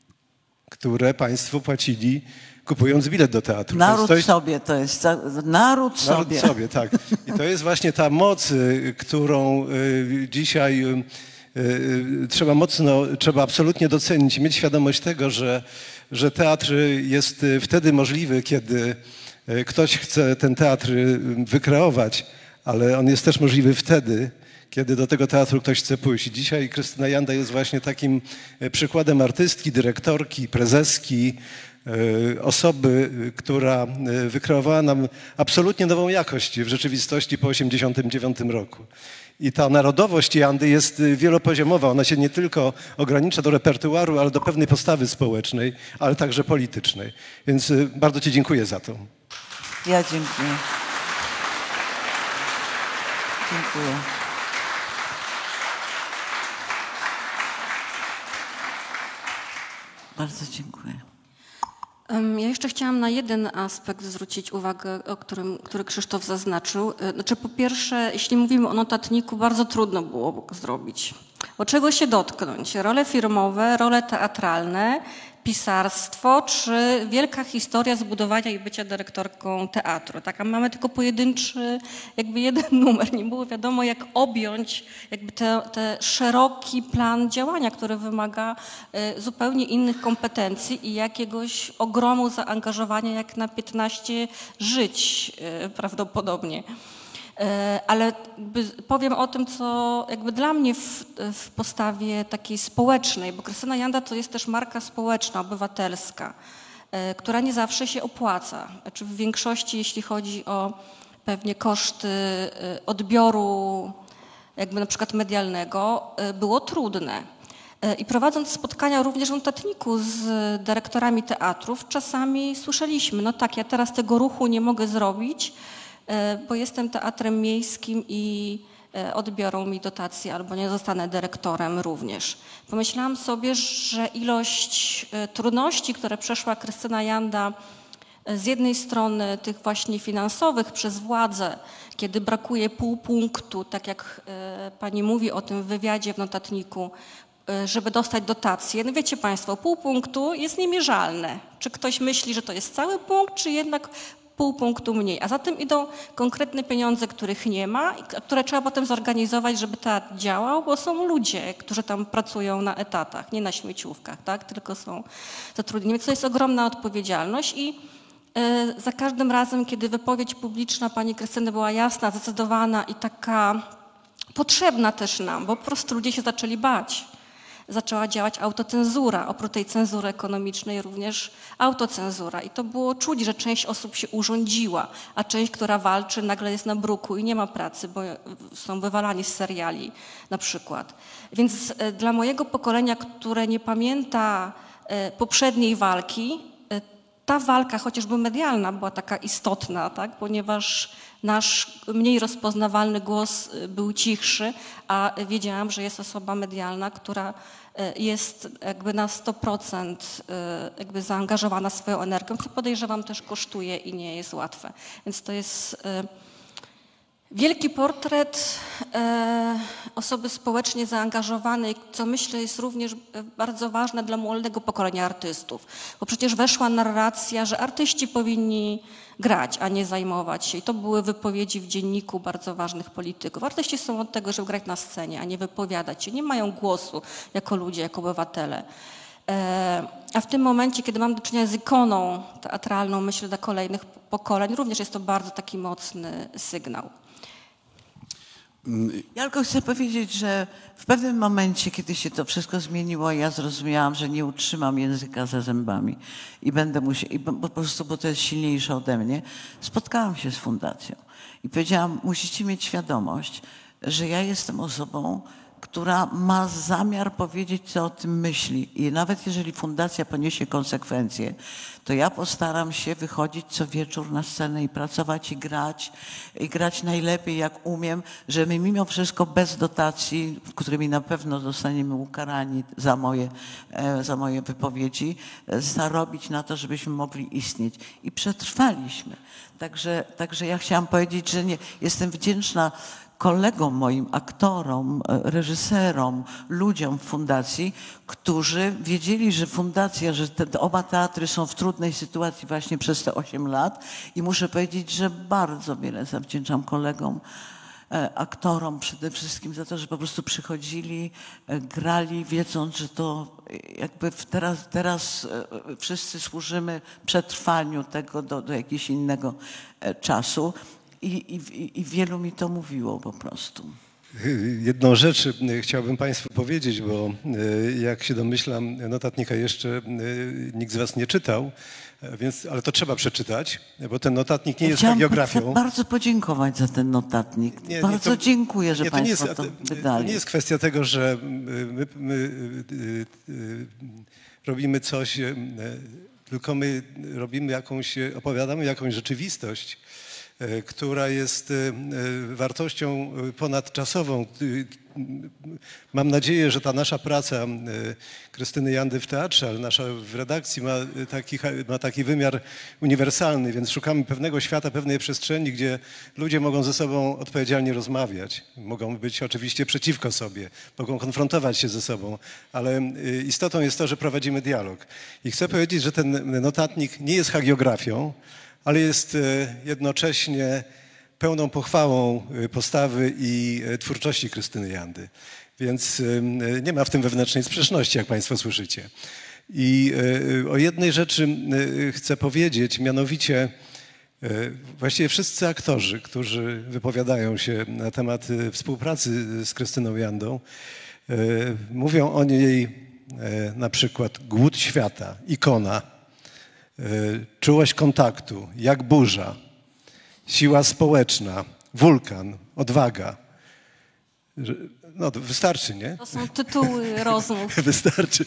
E: które państwo płacili, kupując bilet do teatru.
D: Naród
E: to jest...
D: sobie to jest, naród,
E: Naród
D: sobie.
E: sobie, tak. I to jest właśnie ta moc, którą dzisiaj trzeba mocno, trzeba absolutnie docenić, mieć świadomość tego, że, że teatr jest wtedy możliwy, kiedy ktoś chce ten teatr wykreować, ale on jest też możliwy wtedy, kiedy do tego teatru ktoś chce pójść. I dzisiaj Krystyna Janda jest właśnie takim przykładem artystki, dyrektorki, prezeski, osoby, która wykreowała nam absolutnie nową jakość w rzeczywistości po osiemdziesiątym dziewiątym roku. I ta narodowość Jandy jest wielopoziomowa. Ona się nie tylko ogranicza do repertuaru, ale do pewnej postawy społecznej, ale także politycznej. Więc bardzo ci dziękuję za to.
D: Ja dziękuję. Dziękuję. Bardzo dziękuję.
B: Ja jeszcze chciałam na jeden aspekt zwrócić uwagę, o którym, który Krzysztof zaznaczył. Znaczy, po pierwsze, jeśli mówimy o notatniku, bardzo trudno było go zrobić. Bo czego się dotknąć? Role firmowe, role teatralne, pisarstwo, czy wielka historia zbudowania i bycia dyrektorką teatru. Tak, a mamy tylko pojedynczy, jakby jeden numer. Nie było wiadomo, jak objąć jakby te, te szeroki plan działania, który wymaga y, zupełnie innych kompetencji i jakiegoś ogromu zaangażowania, jak na piętnaście żyć y, prawdopodobnie. Ale powiem o tym, co jakby dla mnie w, w postawie takiej społecznej, bo Krystyna Janda to jest też marka społeczna, obywatelska, która nie zawsze się opłaca. Znaczy w większości, jeśli chodzi o pewnie koszty odbioru jakby na przykład medialnego, było trudne. I prowadząc spotkania również w notatniku z dyrektorami teatrów, czasami słyszeliśmy, no tak, ja teraz tego ruchu nie mogę zrobić, bo jestem teatrem miejskim i odbiorą mi dotacje albo nie zostanę dyrektorem również. Pomyślałam sobie, że ilość trudności, które przeszła Krystyna Janda z jednej strony tych właśnie finansowych przez władzę, kiedy brakuje pół punktu, tak jak pani mówi o tym w wywiadzie w notatniku, żeby dostać dotację. No wiecie państwo, pół punktu jest niemierzalne. Czy ktoś myśli, że to jest cały punkt, czy jednak pół punktu mniej. A za tym idą konkretne pieniądze, których nie ma, które trzeba potem zorganizować, żeby teatr działał, bo są ludzie, którzy tam pracują na etatach, nie na śmieciówkach, tak? Tylko są zatrudnieni. Więc to jest ogromna odpowiedzialność i y, za każdym razem, kiedy wypowiedź publiczna pani Krystyny była jasna, zdecydowana i taka potrzebna też nam, bo po prostu ludzie się zaczęli bać. Zaczęła działać autocenzura, oprócz tej cenzury ekonomicznej również autocenzura. I to było czuć, że część osób się urządziła, a część, która walczy, nagle jest na bruku i nie ma pracy, bo są wywalani z seriali na przykład. Więc dla mojego pokolenia, które nie pamięta poprzedniej walki. Ta walka, chociażby medialna, była taka istotna, tak? Ponieważ nasz mniej rozpoznawalny głos był cichszy, a wiedziałam, że jest osoba medialna, która jest jakby na sto procent jakby zaangażowana swoją energią, co podejrzewam też kosztuje i nie jest łatwe. Więc to jest wielki portret e, osoby społecznie zaangażowanej, co myślę jest również bardzo ważne dla młodego pokolenia artystów. Bo przecież weszła narracja, że artyści powinni grać, a nie zajmować się. I to były wypowiedzi w dzienniku bardzo ważnych polityków. Artyści są od tego, żeby grać na scenie, a nie wypowiadać się. Nie mają głosu jako ludzie, jako obywatele. E, a w tym momencie, kiedy mam do czynienia z ikoną teatralną, myślę, dla kolejnych pokoleń, również jest to bardzo taki mocny sygnał.
D: Ja tylko chcę powiedzieć, że w pewnym momencie, kiedy się to wszystko zmieniło, ja zrozumiałam, że nie utrzymam języka za zębami i będę musiała, i po prostu, bo to jest silniejsze ode mnie, spotkałam się z fundacją i powiedziałam, musicie mieć świadomość, że ja jestem osobą, która ma zamiar powiedzieć, co o tym myśli. I nawet jeżeli fundacja poniesie konsekwencje, to ja postaram się wychodzić co wieczór na scenę i pracować i grać, i grać najlepiej jak umiem, żeby mimo wszystko bez dotacji, którymi na pewno zostaniemy ukarani za moje, za moje wypowiedzi, zarobić na to, żebyśmy mogli istnieć. I przetrwaliśmy. Także, także ja chciałam powiedzieć, że nie, jestem wdzięczna kolegom moim, aktorom, reżyserom, ludziom w fundacji, którzy wiedzieli, że fundacja, że te oba teatry są w trudnej sytuacji właśnie przez te osiem lat i muszę powiedzieć, że bardzo wiele zawdzięczam kolegom, aktorom przede wszystkim za to, że po prostu przychodzili, grali, wiedząc, że to jakby teraz, teraz wszyscy służymy przetrwaniu tego do, do jakiegoś innego czasu. I, i, I wielu mi to mówiło po prostu.
E: Jedną rzecz chciałbym Państwu powiedzieć, bo jak się domyślam, notatnika jeszcze nikt z Was nie czytał, więc, ale to trzeba przeczytać, bo ten notatnik nie
D: ja
E: jest hagiografią.
D: Chciałam bardzo podziękować za ten notatnik.
E: Nie,
D: bardzo
E: nie, to,
D: dziękuję, że
E: nie, to
D: Państwo
E: nie jest,
D: to wydali.
E: To nie jest kwestia tego, że my, my robimy coś, tylko my robimy jakąś, opowiadamy jakąś rzeczywistość, która jest wartością ponadczasową. Mam nadzieję, że ta nasza praca Krystyny Jandy w teatrze, ale nasza w redakcji ma taki, ma taki wymiar uniwersalny, więc szukamy pewnego świata, pewnej przestrzeni, gdzie ludzie mogą ze sobą odpowiedzialnie rozmawiać. Mogą być oczywiście przeciwko sobie, mogą konfrontować się ze sobą, ale istotą jest to, że prowadzimy dialog. I chcę powiedzieć, że ten notatnik nie jest hagiografią, ale jest jednocześnie pełną pochwałą postawy i twórczości Krystyny Jandy. Więc nie ma w tym wewnętrznej sprzeczności, jak Państwo słyszycie. I o jednej rzeczy chcę powiedzieć, mianowicie właściwie wszyscy aktorzy, którzy wypowiadają się na temat współpracy z Krystyną Jandą, mówią o niej na przykład głód świata, ikona, czułość kontaktu, jak burza, siła społeczna, wulkan, odwaga. No to wystarczy, nie?
B: To są tytuły rozmów.
E: Wystarczy.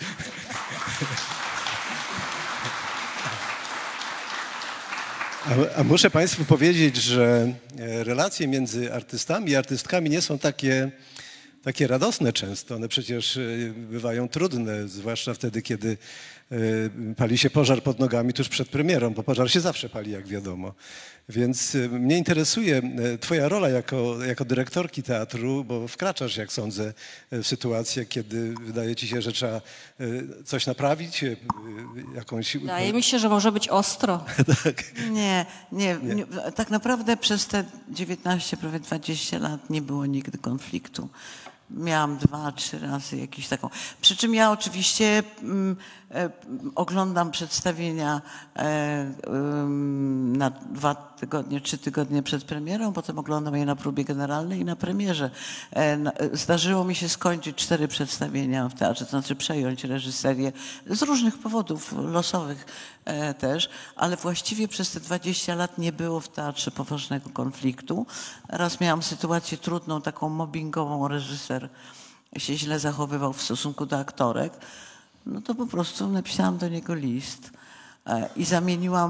E: A, a muszę Państwu powiedzieć, że relacje między artystami i artystkami nie są takie, takie radosne często. One przecież bywają trudne, zwłaszcza wtedy, kiedy pali się pożar pod nogami tuż przed premierą, bo pożar się zawsze pali, jak wiadomo. Więc mnie interesuje Twoja rola jako, jako dyrektorki teatru, bo wkraczasz, jak sądzę, w sytuację, kiedy wydaje Ci się, że trzeba coś naprawić, jakąś...
B: Wydaje mi się, że może być ostro.
E: Tak.
D: Nie, nie, nie, tak naprawdę przez te dziewiętnaście, prawie dwadzieścia lat nie było nigdy konfliktu. Miałam dwa, trzy razy jakiś taką. Przy czym ja oczywiście mm, e, oglądam przedstawienia e, um, na dwa tygodnie, trzy tygodnie przed premierą, potem oglądam je na próbie generalnej i na premierze. E, na, zdarzyło mi się skończyć cztery przedstawienia w teatrze, to znaczy przejąć reżyserię z różnych powodów losowych e, też, ale właściwie przez te dwadzieścia lat nie było w teatrze poważnego konfliktu. Raz miałam sytuację trudną, taką mobbingową, reżyser się źle zachowywał w stosunku do aktorek. no to po prostu napisałam do niego list e, i zamieniłam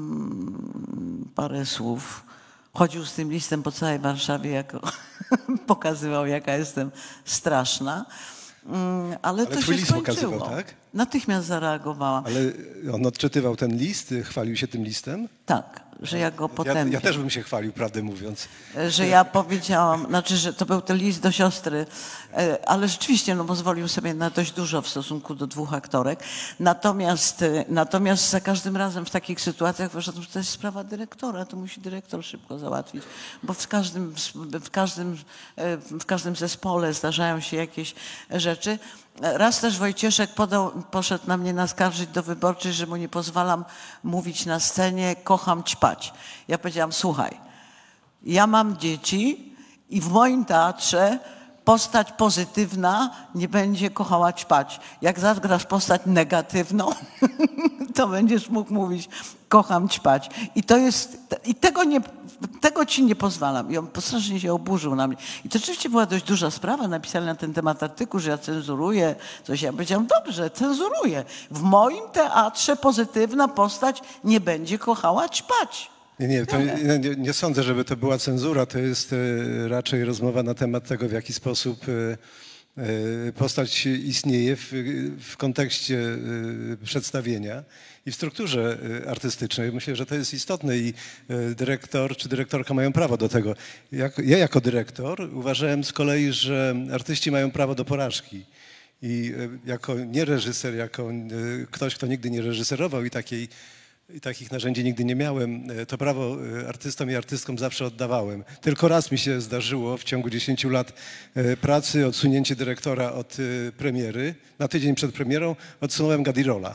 D: parę słów. Chodził z tym listem po całej Warszawie, jako pokazywał, jaka jestem straszna. Mm, Ale,
E: Ale
D: to
E: twój
D: się
E: list
D: skończyło.
E: pokazywał, tak?
D: Natychmiast zareagowałam.
E: Ale on odczytywał ten list, chwalił się tym listem?
D: Tak, że ja go
E: Ja,
D: potępię.
E: ja też bym się chwalił, prawdę mówiąc.
D: Że ja powiedziałam, znaczy, że to był ten list do siostry, e, ale rzeczywiście no, pozwolił sobie na dość dużo w stosunku do dwóch aktorek. Natomiast, e, natomiast za każdym razem w takich sytuacjach wyszedł, że to jest sprawa dyrektora, to musi dyrektor szybko załatwić, bo w każdym, w każdym, e, w każdym zespole zdarzają się jakieś rzeczy. Raz też Wojcieszek podał, poszedł na mnie naskarżyć do wyborczej, że mu nie pozwalam mówić na scenie kocham ćpać. Ja powiedziałam, słuchaj, ja mam dzieci i w moim teatrze postać pozytywna nie będzie kochała ćpać. Jak zagrasz postać negatywną, to będziesz mógł mówić kocham ćpać. I to jest, i tego nie, tego ci nie pozwalam. I on strasznie się oburzył na mnie. I to rzeczywiście była dość duża sprawa. Napisali na ten temat artykuł, że ja cenzuruję coś. Ja powiedziałam, dobrze, cenzuruję. W moim teatrze pozytywna postać nie będzie kochała ćpać.
E: Nie, nie, to nie, nie, nie sądzę, żeby to była cenzura. To jest e, raczej rozmowa na temat tego, w jaki sposób e, e, postać istnieje w, w kontekście e, przedstawienia i w strukturze e, artystycznej. Myślę, że to jest istotne i e, dyrektor czy dyrektorka mają prawo do tego. Jak, ja jako dyrektor uważałem z kolei, że artyści mają prawo do porażki. I e, jako nie reżyser, jako e, ktoś, kto nigdy nie reżyserował i takiej I takich narzędzi nigdy nie miałem. To prawo artystom i artystkom zawsze oddawałem. Tylko raz mi się zdarzyło w ciągu dziesięciu lat pracy odsunięcie dyrektora od premiery. Na tydzień przed premierą odsunąłem Gadirola,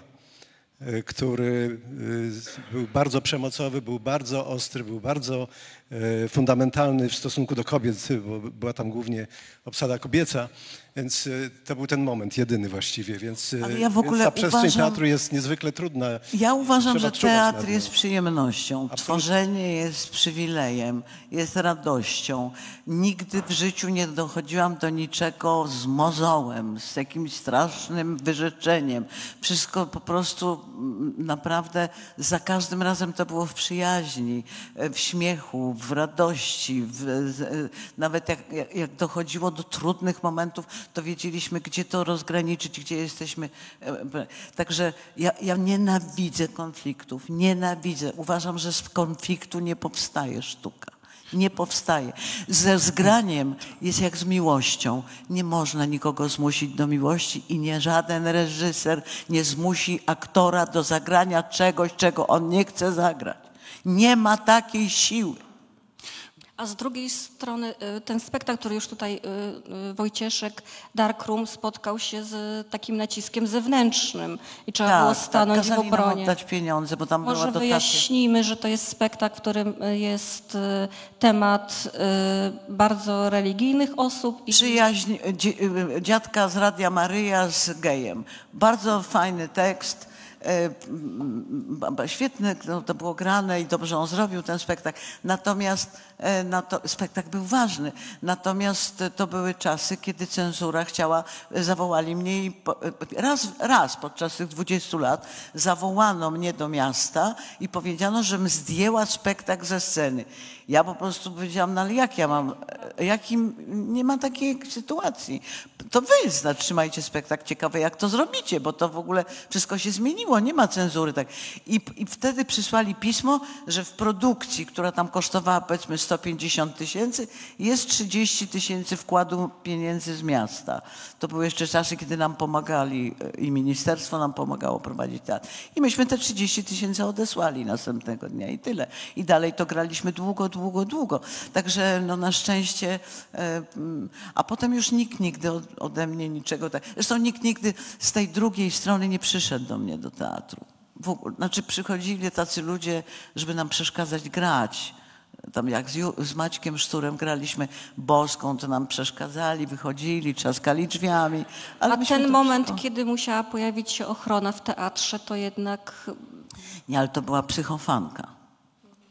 E: który był bardzo przemocowy, był bardzo ostry, był bardzo fundamentalny w stosunku do kobiet, bo była tam głównie obsada kobieca. Więc to był ten moment, jedyny właściwie, więc,
D: Ale ja w ogóle
E: więc ta przestrzeń
D: uważam,
E: teatru jest niezwykle trudna.
D: Ja uważam,
E: Trzeba
D: że
E: czuwać nad
D: teatr
E: nią.
D: jest przyjemnością,
E: Absolutnie.
D: tworzenie jest przywilejem, jest radością. Nigdy w życiu nie dochodziłam do niczego z mozołem, z jakimś strasznym wyrzeczeniem. Wszystko po prostu mm, naprawdę za każdym razem to było w przyjaźni, w śmiechu, w radości. W, z, nawet jak, jak, jak dochodziło do trudnych momentów, to wiedzieliśmy, gdzie to rozgraniczyć, gdzie jesteśmy. Także ja, ja nienawidzę konfliktów, nienawidzę. Uważam, że z konfliktu nie powstaje sztuka. Nie powstaje. Ze zgraniem jest jak z miłością. Nie można nikogo zmusić do miłości i nie żaden reżyser nie zmusi aktora do zagrania czegoś, czego on nie chce zagrać. Nie ma takiej siły.
B: A z drugiej strony y, ten spektakl, który już tutaj y, y, Wojcieszek, Dark Room, spotkał się z takim naciskiem zewnętrznym i trzeba było stanąć
D: tak,
B: w
D: kazali nam
B: obronie.
D: oddać pieniądze, bo tam była
B: Może
D: dotacja.
B: wyjaśnijmy, że to jest spektakl, w którym y, jest y, temat y, bardzo religijnych osób. I
D: Przyjaźń dzi- dziadka z Radia Maryja z gejem. Bardzo fajny tekst. e, b- b- Świetny, no, to było grane i dobrze on zrobił ten spektakl. Natomiast e, na to, spektakl był ważny. Natomiast e, to były czasy, kiedy cenzura chciała, e, zawołali mnie i po, e, raz, raz podczas tych dwudziestu lat zawołano mnie do miasta i powiedziano, żebym zdjęła spektakl ze sceny. Ja po prostu powiedziałam, no ale jak ja mam, e, jakim, nie ma takiej sytuacji. To wy zatrzymajcie spektakl, ciekawe jak to zrobicie, bo to w ogóle wszystko się zmieniło, nie ma cenzury. Tak. I, I wtedy przysłali pismo, że w produkcji, która tam kosztowała powiedzmy sto pięćdziesiąt tysięcy, jest trzydzieści tysięcy wkładu pieniędzy z miasta. To były jeszcze czasy, kiedy nam pomagali e, i ministerstwo nam pomagało prowadzić teatr. I myśmy te trzydzieści tysięcy odesłali następnego dnia i tyle. I dalej to graliśmy długo, długo, długo. Także no na szczęście, e, mm, a potem już nikt nigdy od, ode mnie niczego tak. Zresztą nikt nigdy z tej drugiej strony nie przyszedł do mnie do teatru. W ogóle, znaczy przychodzili tacy ludzie, żeby nam przeszkadzać grać. Tam jak z, Ju, z Maćkiem Szturem graliśmy Boską, to nam przeszkadzali, wychodzili, trzaskali drzwiami. Ale
B: A
D: myśmy
B: ten
D: to
B: moment,
D: wszystko-
B: kiedy musiała pojawić się ochrona w teatrze, to jednak
D: Nie, ale to była psychofanka.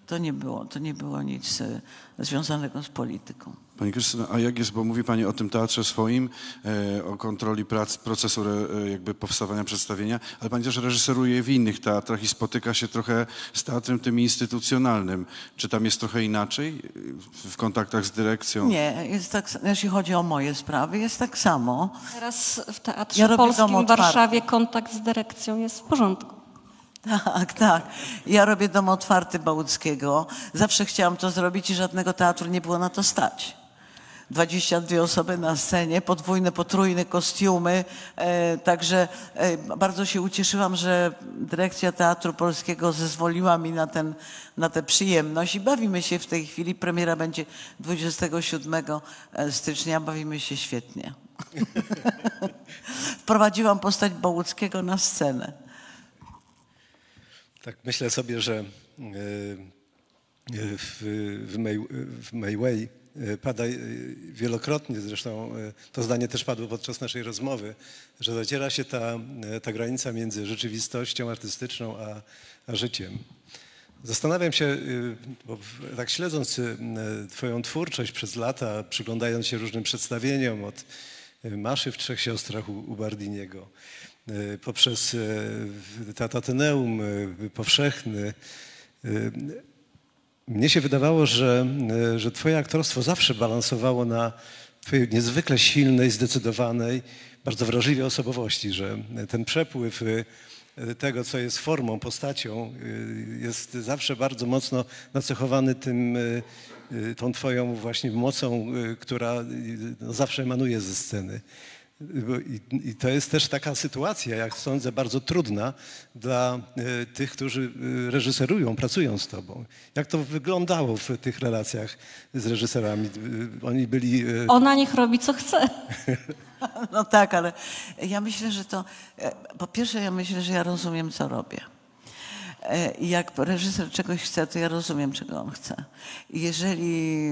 D: To nie było, to nie było nic e, związanego z polityką.
C: Pani Krystyno, a jak jest, bo mówi Pani o tym teatrze swoim, e, o kontroli prac, procesu e, jakby powstawania przedstawienia, ale Pani też reżyseruje w innych teatrach i spotyka się trochę z teatrem tym instytucjonalnym. Czy tam jest trochę inaczej w, w kontaktach z dyrekcją?
D: Nie, jest tak, jeśli chodzi o moje sprawy, jest tak samo.
B: Teraz w Teatrze
D: Ja robię
B: Polskim
D: Dom
B: w
D: Otwarty.
B: Warszawie kontakt z dyrekcją jest w porządku.
D: Tak, tak. Ja robię Dom Otwarty Bałuckiego. Zawsze chciałam to zrobić i żadnego teatru nie było na to stać. dwadzieścia dwie osoby na scenie, podwójne, potrójne kostiumy. E, także e, bardzo się ucieszyłam, że dyrekcja Teatru Polskiego zezwoliła mi na, ten, na tę przyjemność i bawimy się w tej chwili. Premiera będzie dwudziestego siódmego stycznia. Bawimy się świetnie. Wprowadziłam postać Bałuckiego na scenę.
E: Tak, myślę sobie, że e, w, w, May, w Mai Way pada wielokrotnie, zresztą to zdanie też padło podczas naszej rozmowy, że zaciera się ta, ta granica między rzeczywistością artystyczną a, a życiem. Zastanawiam się, bo tak śledząc Twoją twórczość przez lata, przyglądając się różnym przedstawieniom od Maszy w Trzech Siostrach u, u Bardiniego, poprzez Teatr Ateneum, Powszechny. Mnie się wydawało, że, że Twoje aktorstwo zawsze balansowało na Twojej niezwykle silnej, zdecydowanej, bardzo wrażliwej osobowości, że ten przepływ tego, co jest formą, postacią, jest zawsze bardzo mocno nacechowany tym, tą Twoją właśnie mocą, która zawsze emanuje ze sceny. I, I to jest też taka sytuacja, jak sądzę, bardzo trudna dla y, tych, którzy y, reżyserują, pracują z Tobą. Jak to wyglądało w tych relacjach z reżyserami? Y, oni byli... Y...
B: Ona niech robi co chce.
D: No tak, ale ja myślę, że to... Po pierwsze, ja myślę, że ja rozumiem, co robię. I jak reżyser czegoś chce, to ja rozumiem, czego on chce. I jeżeli,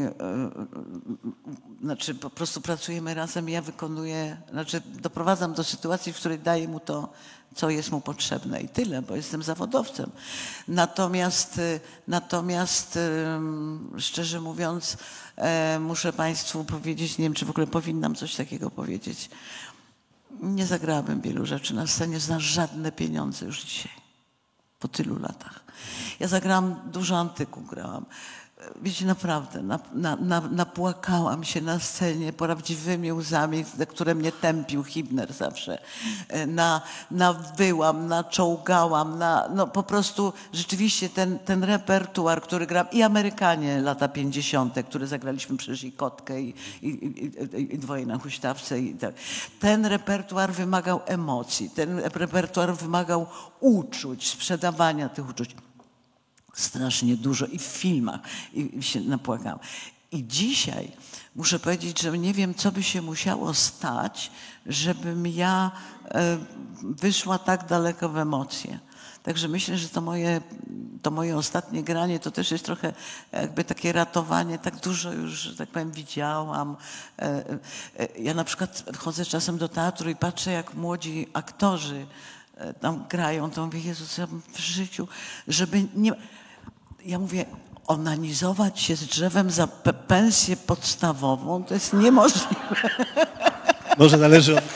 D: znaczy po prostu pracujemy razem, ja wykonuję, znaczy doprowadzam do sytuacji, w której daję mu to, co jest mu potrzebne i tyle, bo jestem zawodowcem. Natomiast, natomiast szczerze mówiąc, muszę Państwu powiedzieć, nie wiem, czy w ogóle powinnam coś takiego powiedzieć, nie zagrałabym wielu rzeczy na scenie za żadne pieniądze już dzisiaj. Po tylu latach. Ja zagrałam dużo antyku, grałam. Wiecie, naprawdę, na, na, na, napłakałam się na scenie prawdziwymi łzami, za które mnie tępił Hibner zawsze. Na, nawyłam, naczołgałam, na, no po prostu rzeczywiście ten, ten repertuar, który gram, i Amerykanie lata pięćdziesiąte, które zagraliśmy przecież i Kotkę, i, i, i, i Dwoje na huśtawce. I tak. Ten repertuar wymagał emocji, ten repertuar wymagał uczuć, sprzedawania tych uczuć. Strasznie dużo i w filmach i, i się napłakałam. I dzisiaj muszę powiedzieć, że nie wiem, co by się musiało stać, żebym ja e, wyszła tak daleko w emocje. Także myślę, że to moje, to moje ostatnie granie to też jest trochę jakby takie ratowanie. Tak dużo już, że tak powiem, widziałam. E, e, ja na przykład chodzę czasem do teatru i patrzę, jak młodzi aktorzy tam grają, to mówię, Jezus, ja bym w życiu, żeby nie... Ja mówię, onanizować się z drzewem za pe- pensję podstawową, to jest niemożliwe.
E: Może należy od...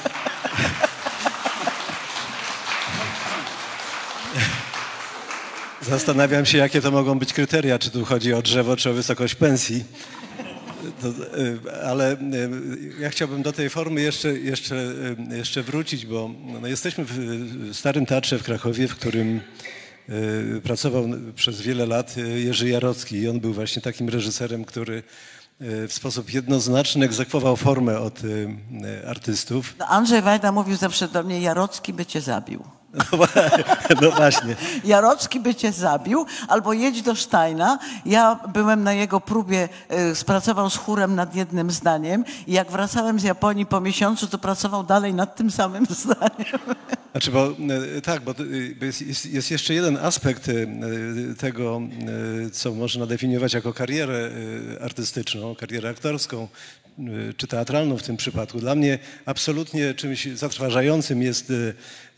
E: Zastanawiam się, jakie to mogą być kryteria, czy tu chodzi o drzewo, czy o wysokość pensji. To, ale ja chciałbym do tej formy jeszcze, jeszcze, jeszcze wrócić, bo no, jesteśmy w Starym Teatrze w Krakowie, w którym pracował przez wiele lat Jerzy Jarocki i on był właśnie takim reżyserem, który w sposób jednoznaczny egzekwował formę od artystów.
D: No Andrzej Wajda mówił zawsze do mnie, Jarocki by cię zabił.
E: No właśnie.
D: Jarocki by cię zabił, albo jedź do Steina. Ja byłem na jego próbie, y, spracował z chórem nad jednym zdaniem i jak wracałem z Japonii po miesiącu, to pracował dalej nad tym samym zdaniem.
E: Znaczy, bo tak, bo jest, jest, jest jeszcze jeden aspekt tego, co można definiować jako karierę artystyczną, karierę aktorską, czy teatralną w tym przypadku. Dla mnie absolutnie czymś zatrważającym jest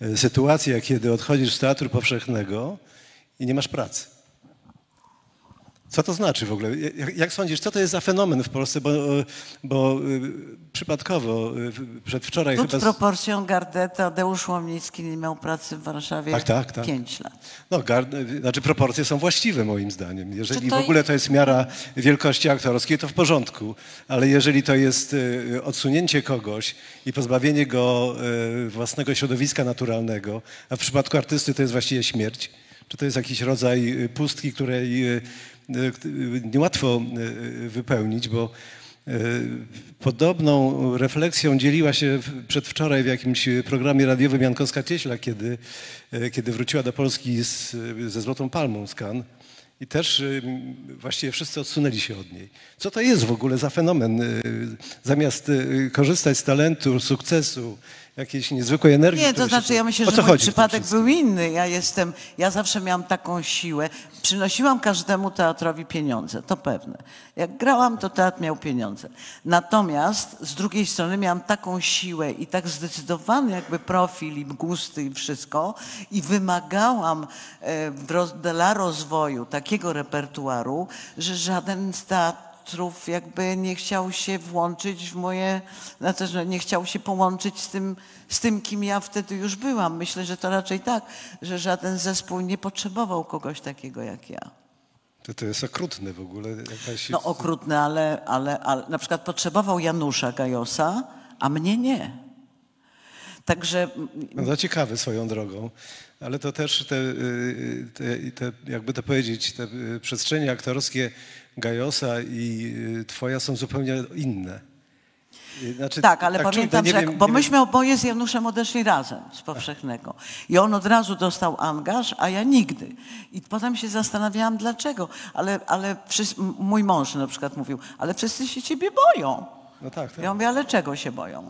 E: sytuacja, kiedy odchodzisz z Teatru Powszechnego i nie masz pracy. Co to znaczy w ogóle? Jak, jak sądzisz, co to jest za fenomen w Polsce? Bo, bo y, przypadkowo y, przedwczoraj
D: Pod
E: chyba...
D: proporcją Gardeta Tadeusz Łomnicki nie miał pracy w Warszawie
E: Tak, tak, tak.
D: pięć lat.
E: No, gard, znaczy proporcje są właściwe moim zdaniem. Jeżeli
B: Czy to-
E: w ogóle to jest miara wielkości aktorskiej, to w porządku. Ale jeżeli to jest y, odsunięcie kogoś i pozbawienie go y, własnego środowiska naturalnego, a w przypadku artysty to jest właściwie śmierć, czy to jest jakiś rodzaj y, pustki, której y, y, niełatwo y, wypełnić, bo podobną refleksją dzieliła się przedwczoraj w jakimś programie radiowym Jankowska Cieśla, kiedy, kiedy wróciła do Polski z, ze Złotą Palmą z Cannes. I też właściwie wszyscy odsunęli się od niej. Co to jest w ogóle za fenomen? Zamiast korzystać z talentu, sukcesu, jakiejś niezwykłej energii.
D: Nie, to
E: która
D: znaczy
E: się...
D: ja myślę,
E: O co
D: że mój
E: chodzi w tym
D: przypadek
E: wszystkim?
D: był inny. Ja jestem, ja zawsze miałam taką siłę. Przynosiłam każdemu teatrowi pieniądze, to pewne. Jak grałam, to teatr miał pieniądze. Natomiast z drugiej strony miałam taką siłę i tak zdecydowany jakby profil i gusty i wszystko i wymagałam e, roz, dla rozwoju takiego repertuaru, że żaden z teatrów jakby nie chciał się włączyć w moje, znaczy, że nie chciał się połączyć z tym, z tym, kim ja wtedy już byłam. Myślę, że to raczej tak, że żaden zespół nie potrzebował kogoś takiego jak ja.
E: To, to jest okrutne w ogóle. Jakaś...
D: No okrutne, ale, ale, ale na przykład potrzebował Janusza Gajosa, a mnie nie. Także...
E: No to ciekawe swoją drogą, ale to też te, te, te jakby to powiedzieć, te przestrzenie aktorskie Gajosa i twoja są zupełnie inne. Znaczy,
D: tak, ale
E: tak
D: pamiętam,
E: czuję,
D: że
E: wiem,
D: jak, bo
E: nie
D: myśmy oboje z Januszem odeszli razem z Powszechnego. I on od razu dostał angaż, a ja nigdy. I potem się zastanawiałam, dlaczego. Ale, ale wszyscy, mój mąż na przykład mówił, ale wszyscy się ciebie boją.
E: No tak, tak.
D: Ja mówię, ale czego się boją?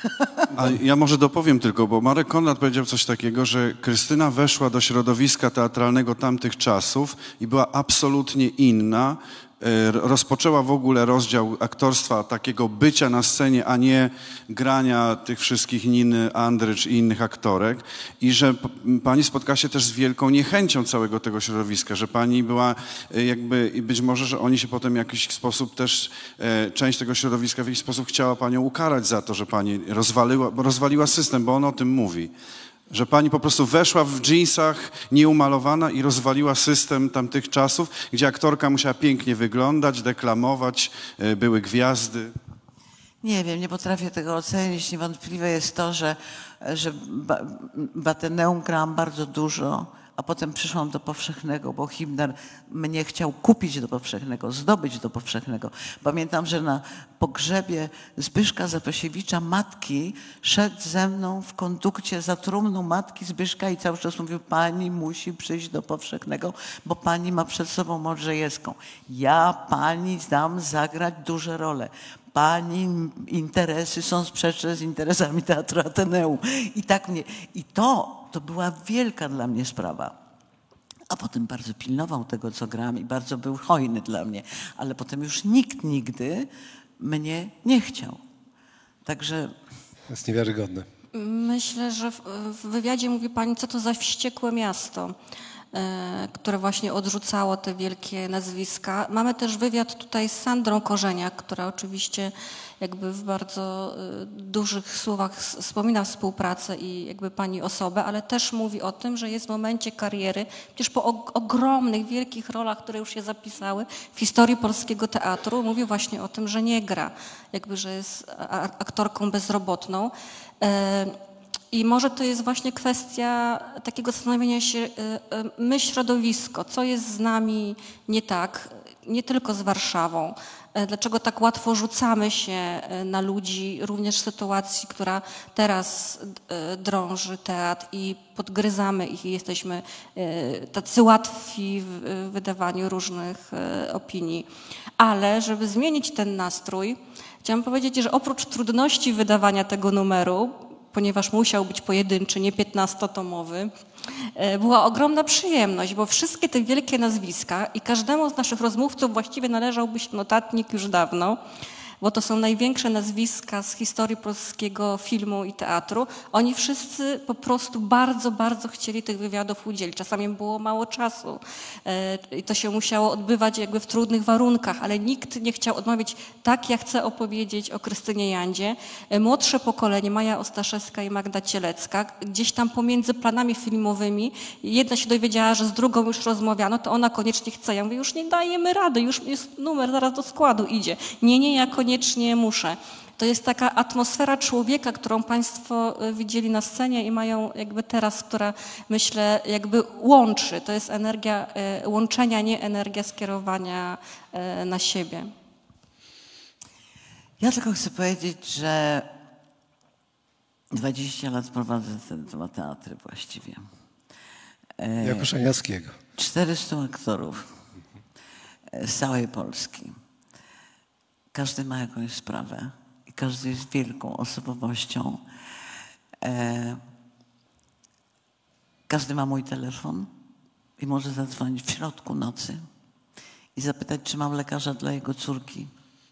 C: A ja może dopowiem tylko, bo Marek Konrad powiedział coś takiego, że Krystyna weszła do środowiska teatralnego tamtych czasów i była absolutnie inna. Rozpoczęła w ogóle rozdział aktorstwa, takiego bycia na scenie, a nie grania tych wszystkich Niny Andrycz i innych aktorek i że pani spotkała się też z wielką niechęcią całego tego środowiska, że pani była jakby i być może, że oni się potem w jakiś sposób też, część tego środowiska w jakiś sposób chciała panią ukarać za to, że pani rozwaliła, rozwaliła system, bo on o tym mówi. Że pani po prostu weszła w dżinsach nieumalowana i rozwaliła system tamtych czasów, gdzie aktorka musiała pięknie wyglądać, deklamować, były gwiazdy.
D: Nie wiem, nie potrafię tego ocenić. Niewątpliwe jest to, że, że w Ateneum grałam bardzo dużo, a potem przyszłam do Powszechnego, bo Hibner mnie chciał kupić do Powszechnego, zdobyć do Powszechnego. Pamiętam, że na pogrzebie Zbyszka Zapasiewicza matki szedł ze mną w kondukcie za trumną matki Zbyszka i cały czas mówił, pani musi przyjść do Powszechnego, bo pani ma przed sobą Modrzejewską. Ja pani dam zagrać duże role. Pani interesy są sprzeczne z interesami Teatru Ateneum. I tak mnie, i to, to była wielka dla mnie sprawa. A potem bardzo pilnował tego, co gram i bardzo był hojny dla mnie. Ale potem już nikt nigdy mnie nie chciał. Także...
E: To jest niewiarygodne.
B: Myślę, że w, w wywiadzie mówi pani, co to za wściekłe miasto, e, które właśnie odrzucało te wielkie nazwiska. Mamy też wywiad tutaj z Sandrą Korzeniak, która oczywiście jakby w bardzo e, dużych słowach s- wspomina współpracę i jakby pani osobę, ale też mówi o tym, że jest w momencie kariery, przecież po og- ogromnych, wielkich rolach, które już się zapisały w historii polskiego teatru, mówi właśnie o tym, że nie gra, jakby, że jest a- aktorką bezrobotną. E, I może to jest właśnie kwestia takiego zastanowienia się, e, e, my środowisko, co jest z nami nie tak, nie tylko z Warszawą, e, dlaczego tak łatwo rzucamy się e, na ludzi, również w sytuacji, która teraz e, drąży teatr i podgryzamy ich i jesteśmy e, tacy łatwi w w wydawaniu różnych e, opinii. Ale żeby zmienić ten nastrój, chciałam powiedzieć, że oprócz trudności wydawania tego numeru, ponieważ musiał być pojedynczy, nie piętnastotomowy, była ogromna przyjemność, bo wszystkie te wielkie nazwiska i każdemu z naszych rozmówców właściwie należałby się notatnik już dawno, bo to są największe nazwiska z historii polskiego filmu i teatru. Oni wszyscy po prostu bardzo, bardzo chcieli tych wywiadów udzielić. Czasami było mało czasu i to się musiało odbywać jakby w trudnych warunkach, ale nikt nie chciał odmawiać, tak, ja chcę opowiedzieć o Krystynie Jandzie. Młodsze pokolenie, Maja Ostaszewska i Magda Cielecka, gdzieś tam pomiędzy planami filmowymi, jedna się dowiedziała, że z drugą już rozmawiano, to ona koniecznie chce. Ja mówię, już nie dajemy rady, już jest numer, zaraz do składu idzie. Nie, nie, ja koniecznie muszę. To jest taka atmosfera człowieka, którą Państwo widzieli na scenie i mają jakby teraz, która myślę jakby łączy. To jest energia łączenia, nie energia skierowania na siebie.
D: Ja tylko chcę powiedzieć, że dwadzieścia lat prowadzę te dwa teatry właściwie.
E: Jako Szaniawskiego.
D: czterystu aktorów z całej Polski. Każdy ma jakąś sprawę i każdy jest wielką osobowością. Każdy ma mój telefon i może zadzwonić w środku nocy i zapytać, czy mam lekarza dla jego córki.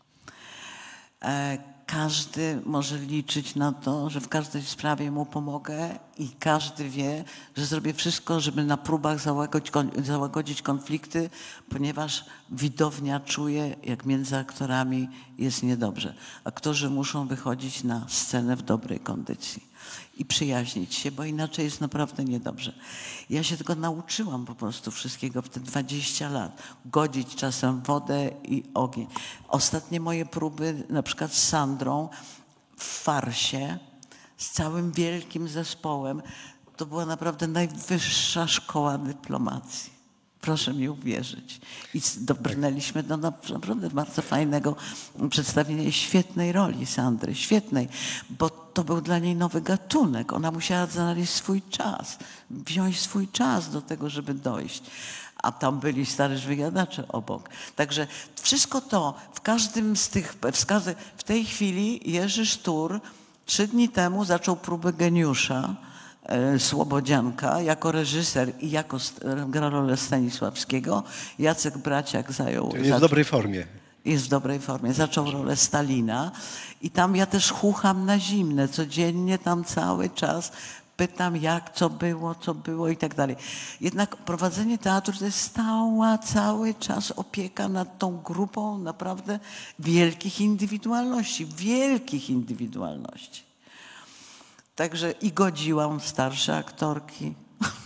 D: Każdy może liczyć na to, że w każdej sprawie mu pomogę i każdy wie, że zrobię wszystko, żeby na próbach załagodzić, załagodzić konflikty, ponieważ widownia czuje, jak między aktorami jest niedobrze. Aktorzy muszą wychodzić na scenę w dobrej kondycji i przyjaźnić się, bo inaczej jest naprawdę niedobrze. Ja się tego nauczyłam po prostu wszystkiego w te dwadzieścia lat. Godzić czasem wodę i ogień. Ostatnie moje próby, na przykład z Sandrą w farsie, z całym wielkim zespołem, to była naprawdę najwyższa szkoła dyplomacji. Proszę mi uwierzyć. I dobrnęliśmy do naprawdę bardzo fajnego przedstawienia świetnej roli Sandry, świetnej, bo to był dla niej nowy gatunek. Ona musiała znaleźć swój czas, wziąć swój czas do tego, żeby dojść. A tam byli starzy wyjadacze obok. Także wszystko to, w każdym z tych, w, każdej, w tej chwili Jerzy Sztur trzy dni temu zaczął próbę Geniusza, Słobodzianka, jako reżyser i jako gra rolę Stanisławskiego. Jacek Braciak zajął...
E: Czyli jest w dobrej formie.
D: Jest w dobrej formie. Zaczął rolę Stalina i tam ja też chucham na zimne. Codziennie tam cały czas pytam, jak, co było, co było i tak dalej. Jednak prowadzenie teatru to jest stała cały czas opieka nad tą grupą naprawdę wielkich indywidualności. Wielkich indywidualności. Także i godziłam starsze aktorki.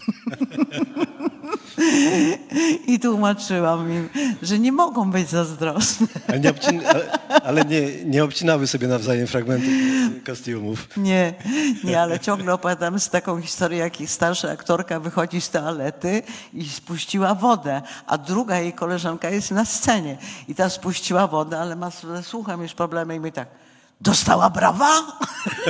D: I tłumaczyłam im, że nie mogą być zazdrosne.
E: Ale, nie, obcin, ale, ale nie, nie obcinały sobie nawzajem fragmentów kostiumów.
D: Nie, nie, ale ciągle opowiadam z taką historię, jak starsza aktorka wychodzi z toalety i spuściła wodę, a druga jej koleżanka jest na scenie. I ta spuściła wodę, ale ma ze słuchem już problemy i my tak, dostała brawa?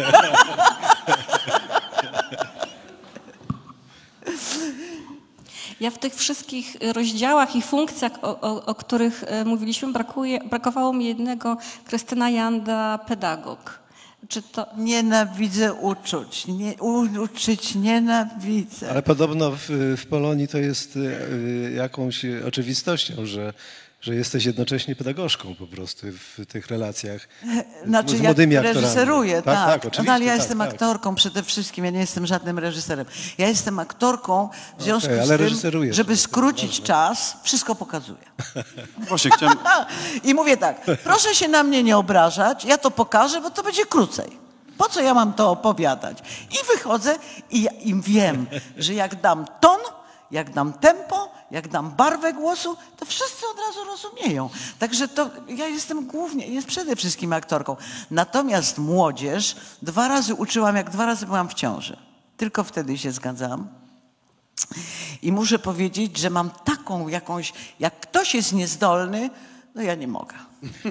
B: Ja w tych wszystkich rozdziałach i funkcjach, o, o, o których mówiliśmy, brakuje, brakowało mi jednego, Krystyna Janda, pedagog. Czy to...
D: Nienawidzę uczuć. Nie, u, uczyć nienawidzę.
E: Ale podobno w, w Polonii to jest y, jakąś oczywistością, że, że jesteś jednocześnie pedagogzką po prostu w tych relacjach
D: znaczy,
E: z młodymi
D: ja
E: aktorami.
D: reżyseruję, tak.
E: tak, tak oczywiście,
D: no, ale ja
E: tak,
D: jestem
E: tak.
D: aktorką przede wszystkim, ja nie jestem żadnym reżyserem. Ja jestem aktorką w związku
E: Okay, ale
D: z tym,
E: reżyserujesz,
D: żeby
E: to
D: skrócić
E: ważne.
D: czas, wszystko pokazuję.
C: Właśnie chciałem...
D: I mówię tak, proszę się na mnie nie obrażać, ja to pokażę, bo to będzie krócej. Po co ja mam to opowiadać? I wychodzę i, ja, i wiem, że jak dam ton, jak dam tempo, jak dam barwę głosu, to wszyscy od razu rozumieją. Także to ja jestem głównie, jest przede wszystkim aktorką. Natomiast młodzież dwa razy uczyłam, jak dwa razy byłam w ciąży. Tylko wtedy się zgadzam. I muszę powiedzieć, że mam taką jakąś, jak ktoś jest niezdolny, no ja nie mogę.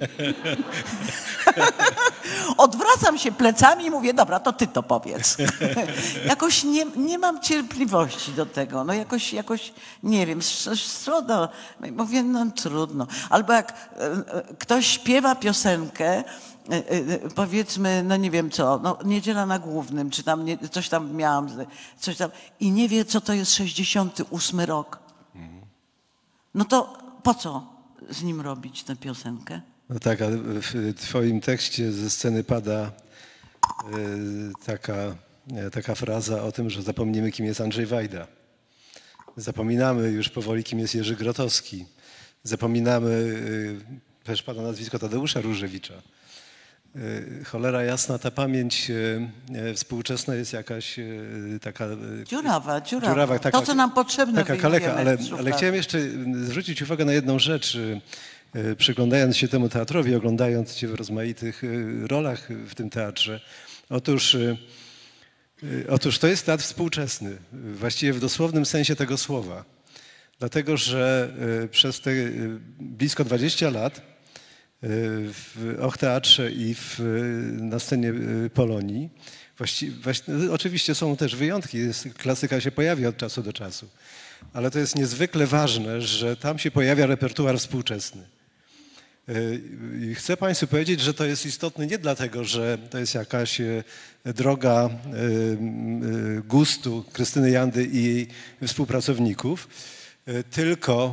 D: Odwracam się plecami i mówię, dobra, to ty to powiedz. Jakoś nie, nie mam cierpliwości do tego. No jakoś, jakoś nie wiem, szkoda. Mówię, no trudno. Albo jak ktoś śpiewa piosenkę, powiedzmy, no nie wiem co, no Niedziela na Głównym, czy tam nie, coś tam miałam, coś tam i nie wie, co to jest sześćdziesiąty ósmy rok. No to po co z nim robić tę piosenkę?
E: No tak, a w twoim tekście ze sceny pada taka, taka fraza o tym, że zapomnimy, kim jest Andrzej Wajda. Zapominamy już powoli, kim jest Jerzy Grotowski. Zapominamy, też pada nazwisko Tadeusza Różewicza. Cholera jasna, ta pamięć współczesna jest jakaś taka...
D: Dziurawa, dziurawa.
E: dziurawa taka,
D: to, co nam potrzebne,
E: taka kaleka, ale, ale chciałem
D: szuflady.
E: jeszcze zwrócić uwagę na jedną rzecz. Przyglądając się temu teatrowi, oglądając cię w rozmaitych rolach w tym teatrze. Otóż, otóż to jest teatr współczesny, właściwie w dosłownym sensie tego słowa. Dlatego, że przez te blisko dwadzieścia lat w Och Teatrze i w, na scenie Polonii, właściwie, właściwie, oczywiście są też wyjątki, jest, klasyka się pojawia od czasu do czasu, ale to jest niezwykle ważne, że tam się pojawia repertuar współczesny. I chcę Państwu powiedzieć, że to jest istotne nie dlatego, że to jest jakaś droga gustu Krystyny Jandy i jej współpracowników, tylko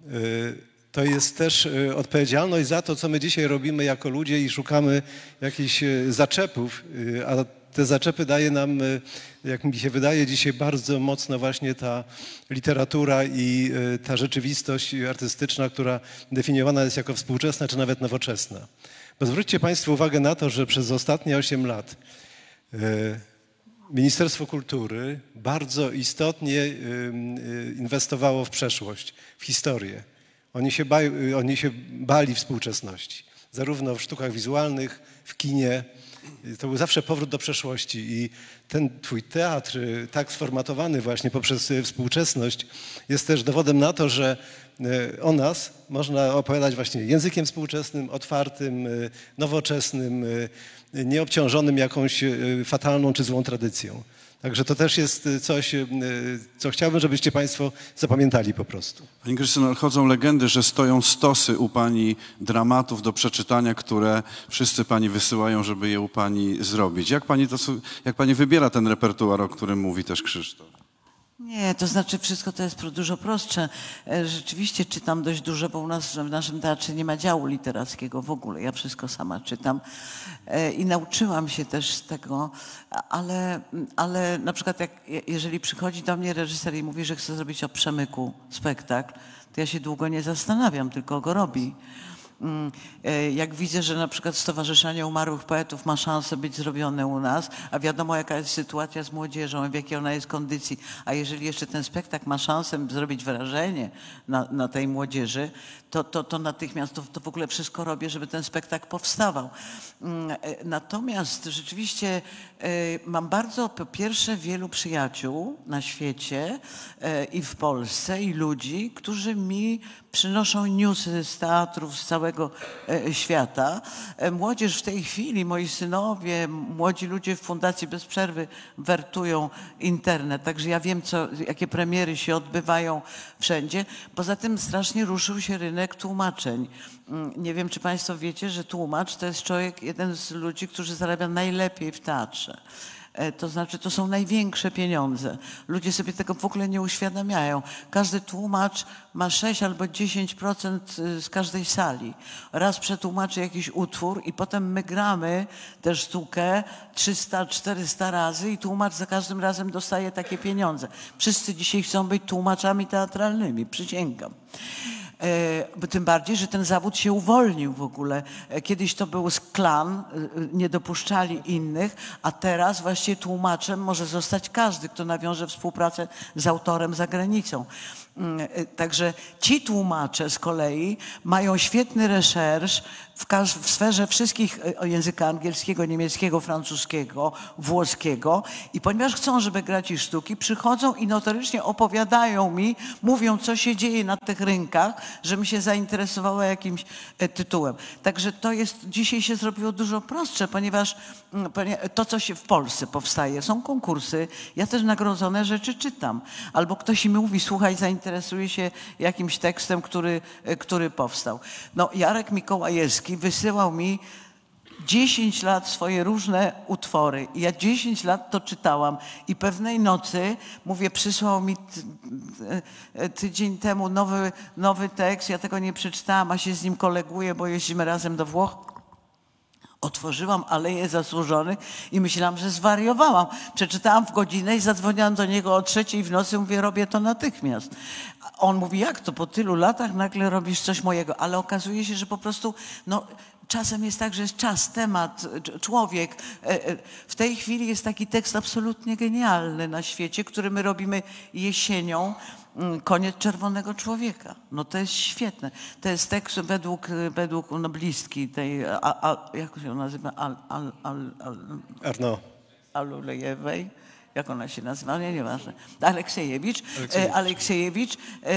E: to jest też odpowiedzialność za to, co my dzisiaj robimy jako ludzie i szukamy jakichś zaczepów, a te zaczepy daje nam, jak mi się wydaje, dzisiaj bardzo mocno właśnie ta literatura i ta rzeczywistość artystyczna, która definiowana jest jako współczesna czy nawet nowoczesna. Bo zwróćcie Państwo uwagę na to, że przez ostatnie osiem lat Ministerstwo Kultury bardzo istotnie inwestowało w przeszłość, w historię. Oni się, ba, oni się bali współczesności, zarówno w sztukach wizualnych, w kinie. To był zawsze powrót do przeszłości i ten twój teatr, tak sformatowany właśnie poprzez współczesność, jest też dowodem na to, że o nas można opowiadać właśnie językiem współczesnym, otwartym, nowoczesnym, nieobciążonym jakąś fatalną czy złą tradycją. Także to też jest coś, co chciałbym, żebyście Państwo zapamiętali po prostu.
C: Pani Krystyno, chodzą legendy, że stoją stosy u Pani dramatów do przeczytania, które wszyscy Pani wysyłają, żeby je u Pani zrobić. Jak Pani, to, jak pani wybiera ten repertuar, o którym mówi też Krzysztof?
D: Nie, to znaczy wszystko to jest dużo prostsze. Rzeczywiście czytam dość dużo, bo u nas w naszym teatrze nie ma działu literackiego w ogóle. Ja wszystko sama czytam i nauczyłam się też z tego, ale, ale na przykład jak, jeżeli przychodzi do mnie reżyser i mówi, że chce zrobić o Przemyku spektakl, to ja się długo nie zastanawiam, tylko go robi. Jak widzę, że na przykład Stowarzyszenie Umarłych Poetów ma szansę być zrobione u nas, a wiadomo jaka jest sytuacja z młodzieżą, w jakiej ona jest kondycji, a jeżeli jeszcze ten spektakl ma szansę zrobić wrażenie na, na tej młodzieży, to, to, to natychmiast to, to w ogóle wszystko robię, żeby ten spektakl powstawał. Natomiast rzeczywiście mam bardzo, po pierwsze, wielu przyjaciół na świecie i w Polsce i ludzi, którzy mi przynoszą newsy z teatrów z całego świata. Młodzież w tej chwili, moi synowie, młodzi ludzie w Fundacji Bez Przerwy wertują internet, także ja wiem, co, jakie premiery się odbywają wszędzie. Poza tym strasznie ruszył się rynek tłumaczeń. Nie wiem, czy Państwo wiecie, że tłumacz to jest człowiek, jeden z ludzi, którzy zarabia najlepiej w teatrze. To znaczy, to są największe pieniądze. Ludzie sobie tego w ogóle nie uświadamiają. Każdy tłumacz ma sześć albo dziesięć procent z każdej sali. Raz przetłumaczy jakiś utwór i potem my gramy tę sztukę trzysta czterysta razy i tłumacz za każdym razem dostaje takie pieniądze. Wszyscy dzisiaj chcą być tłumaczami teatralnymi, przysięgam. Tym bardziej, że ten zawód się uwolnił w ogóle. Kiedyś to był klan, nie dopuszczali innych, a teraz właściwie tłumaczem może zostać każdy, kto nawiąże współpracę z autorem za granicą. Także ci tłumacze z kolei mają świetny recherche w, w sferze wszystkich języka angielskiego, niemieckiego, francuskiego, włoskiego i ponieważ chcą, żeby grać ich sztuki, przychodzą i notorycznie opowiadają mi, mówią, co się dzieje na tych rynkach, żebym się zainteresowała jakimś tytułem. Także to jest, dzisiaj się zrobiło dużo prostsze, ponieważ to, co się w Polsce powstaje, są konkursy, ja też nagrodzone rzeczy czytam. Albo ktoś mi mówi, słuchaj, zainteresuje się jakimś tekstem, który, który powstał. No, Jarek Mikołajewski wysyłał mi dziesięć lat swoje różne utwory. I ja dziesięć lat to czytałam i pewnej nocy, mówię, przysłał mi ty, ty, tydzień temu nowy, nowy tekst, ja tego nie przeczytałam, a się z nim koleguję, bo jeździmy razem do Włoch. Otworzyłam Aleję Zasłużonych i myślałam, że zwariowałam. Przeczytałam w godzinę i zadzwoniłam do niego o trzeciej w nocy, mówię, robię to natychmiast. A on mówi, jak to po tylu latach nagle robisz coś mojego? Ale okazuje się, że po prostu no, czasem jest tak, że jest czas, temat, człowiek. W tej chwili jest taki tekst absolutnie genialny na świecie, który my robimy jesienią. Koniec Czerwonego Człowieka. No to jest świetne. To jest tekst według, według noblistki tej, a, a, jak się nazywa? Al, al, al, al,
E: Arno.
D: Alulejewej. Jak ona się nazywa? Nie, nieważne. Aleksiejewicz.
E: Aleksiejewicz.
D: Aleksiejewicz.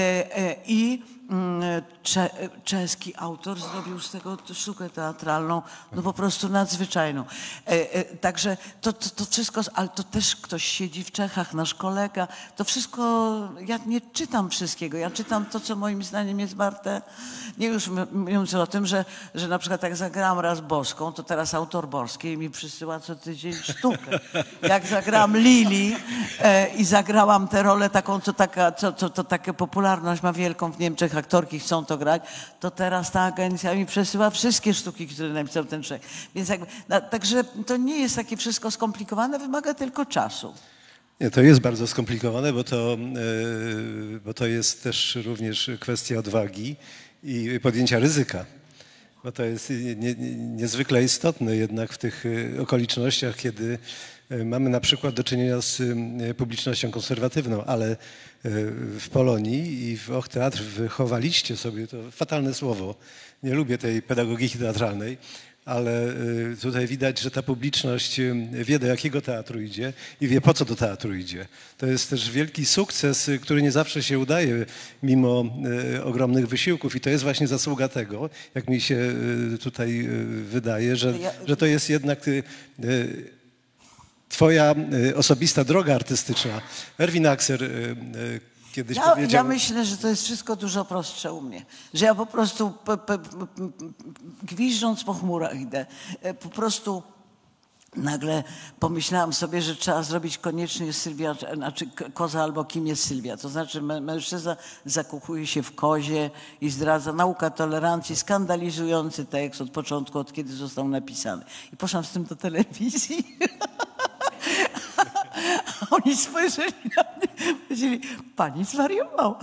D: I cze, czeski autor zrobił z tego sztukę teatralną, no po prostu nadzwyczajną. Także to, to, to wszystko, ale to też ktoś siedzi w Czechach, nasz kolega. To wszystko, ja nie czytam wszystkiego. Ja czytam to, co moim zdaniem jest warte. Nie już mówiąc o tym, że, że na przykład jak zagrałam raz Boską, to teraz autor Borskiej mi przysyła co tydzień sztukę. Jak zagrałam Lili e, i zagrałam tę rolę taką, co taka, co, co, to taka popularność ma wielką w Niemczech, aktorki chcą to grać, to teraz ta agencja mi przesyła wszystkie sztuki, które napisał ten Czech. Więc jakby, na, także to nie jest takie wszystko skomplikowane, wymaga tylko czasu.
E: Nie, to jest bardzo skomplikowane, bo to, yy, bo to jest też również kwestia odwagi i podjęcia ryzyka. Bo to jest nie, nie, niezwykle istotne jednak w tych okolicznościach, kiedy mamy na przykład do czynienia z publicznością konserwatywną, ale w Polonii i w Och Teatr wychowaliście sobie, to fatalne słowo, nie lubię tej pedagogiki teatralnej, ale tutaj widać, że ta publiczność wie, do jakiego teatru idzie i wie, po co do teatru idzie. To jest też wielki sukces, który nie zawsze się udaje mimo ogromnych wysiłków i to jest właśnie zasługa tego, jak mi się tutaj wydaje, że, że to jest jednak twoja osobista droga artystyczna. Erwin Akser kiedyś
D: ja,
E: powiedział...
D: Ja myślę, że to jest wszystko dużo prostsze u mnie. Że ja po prostu p, p, p, gwiżdżąc po chmurach idę. Po prostu nagle pomyślałam sobie, że trzeba zrobić koniecznie Sylwia, znaczy Koza albo Kim jest Sylwia. To znaczy mężczyzna zakochuje się w kozie i zdradza nauka tolerancji, skandalizujący tekst od początku, od kiedy został napisany. I poszłam z tym do telewizji. Oni spojrzeli na mnie, powiedzieli, pani zwariowała.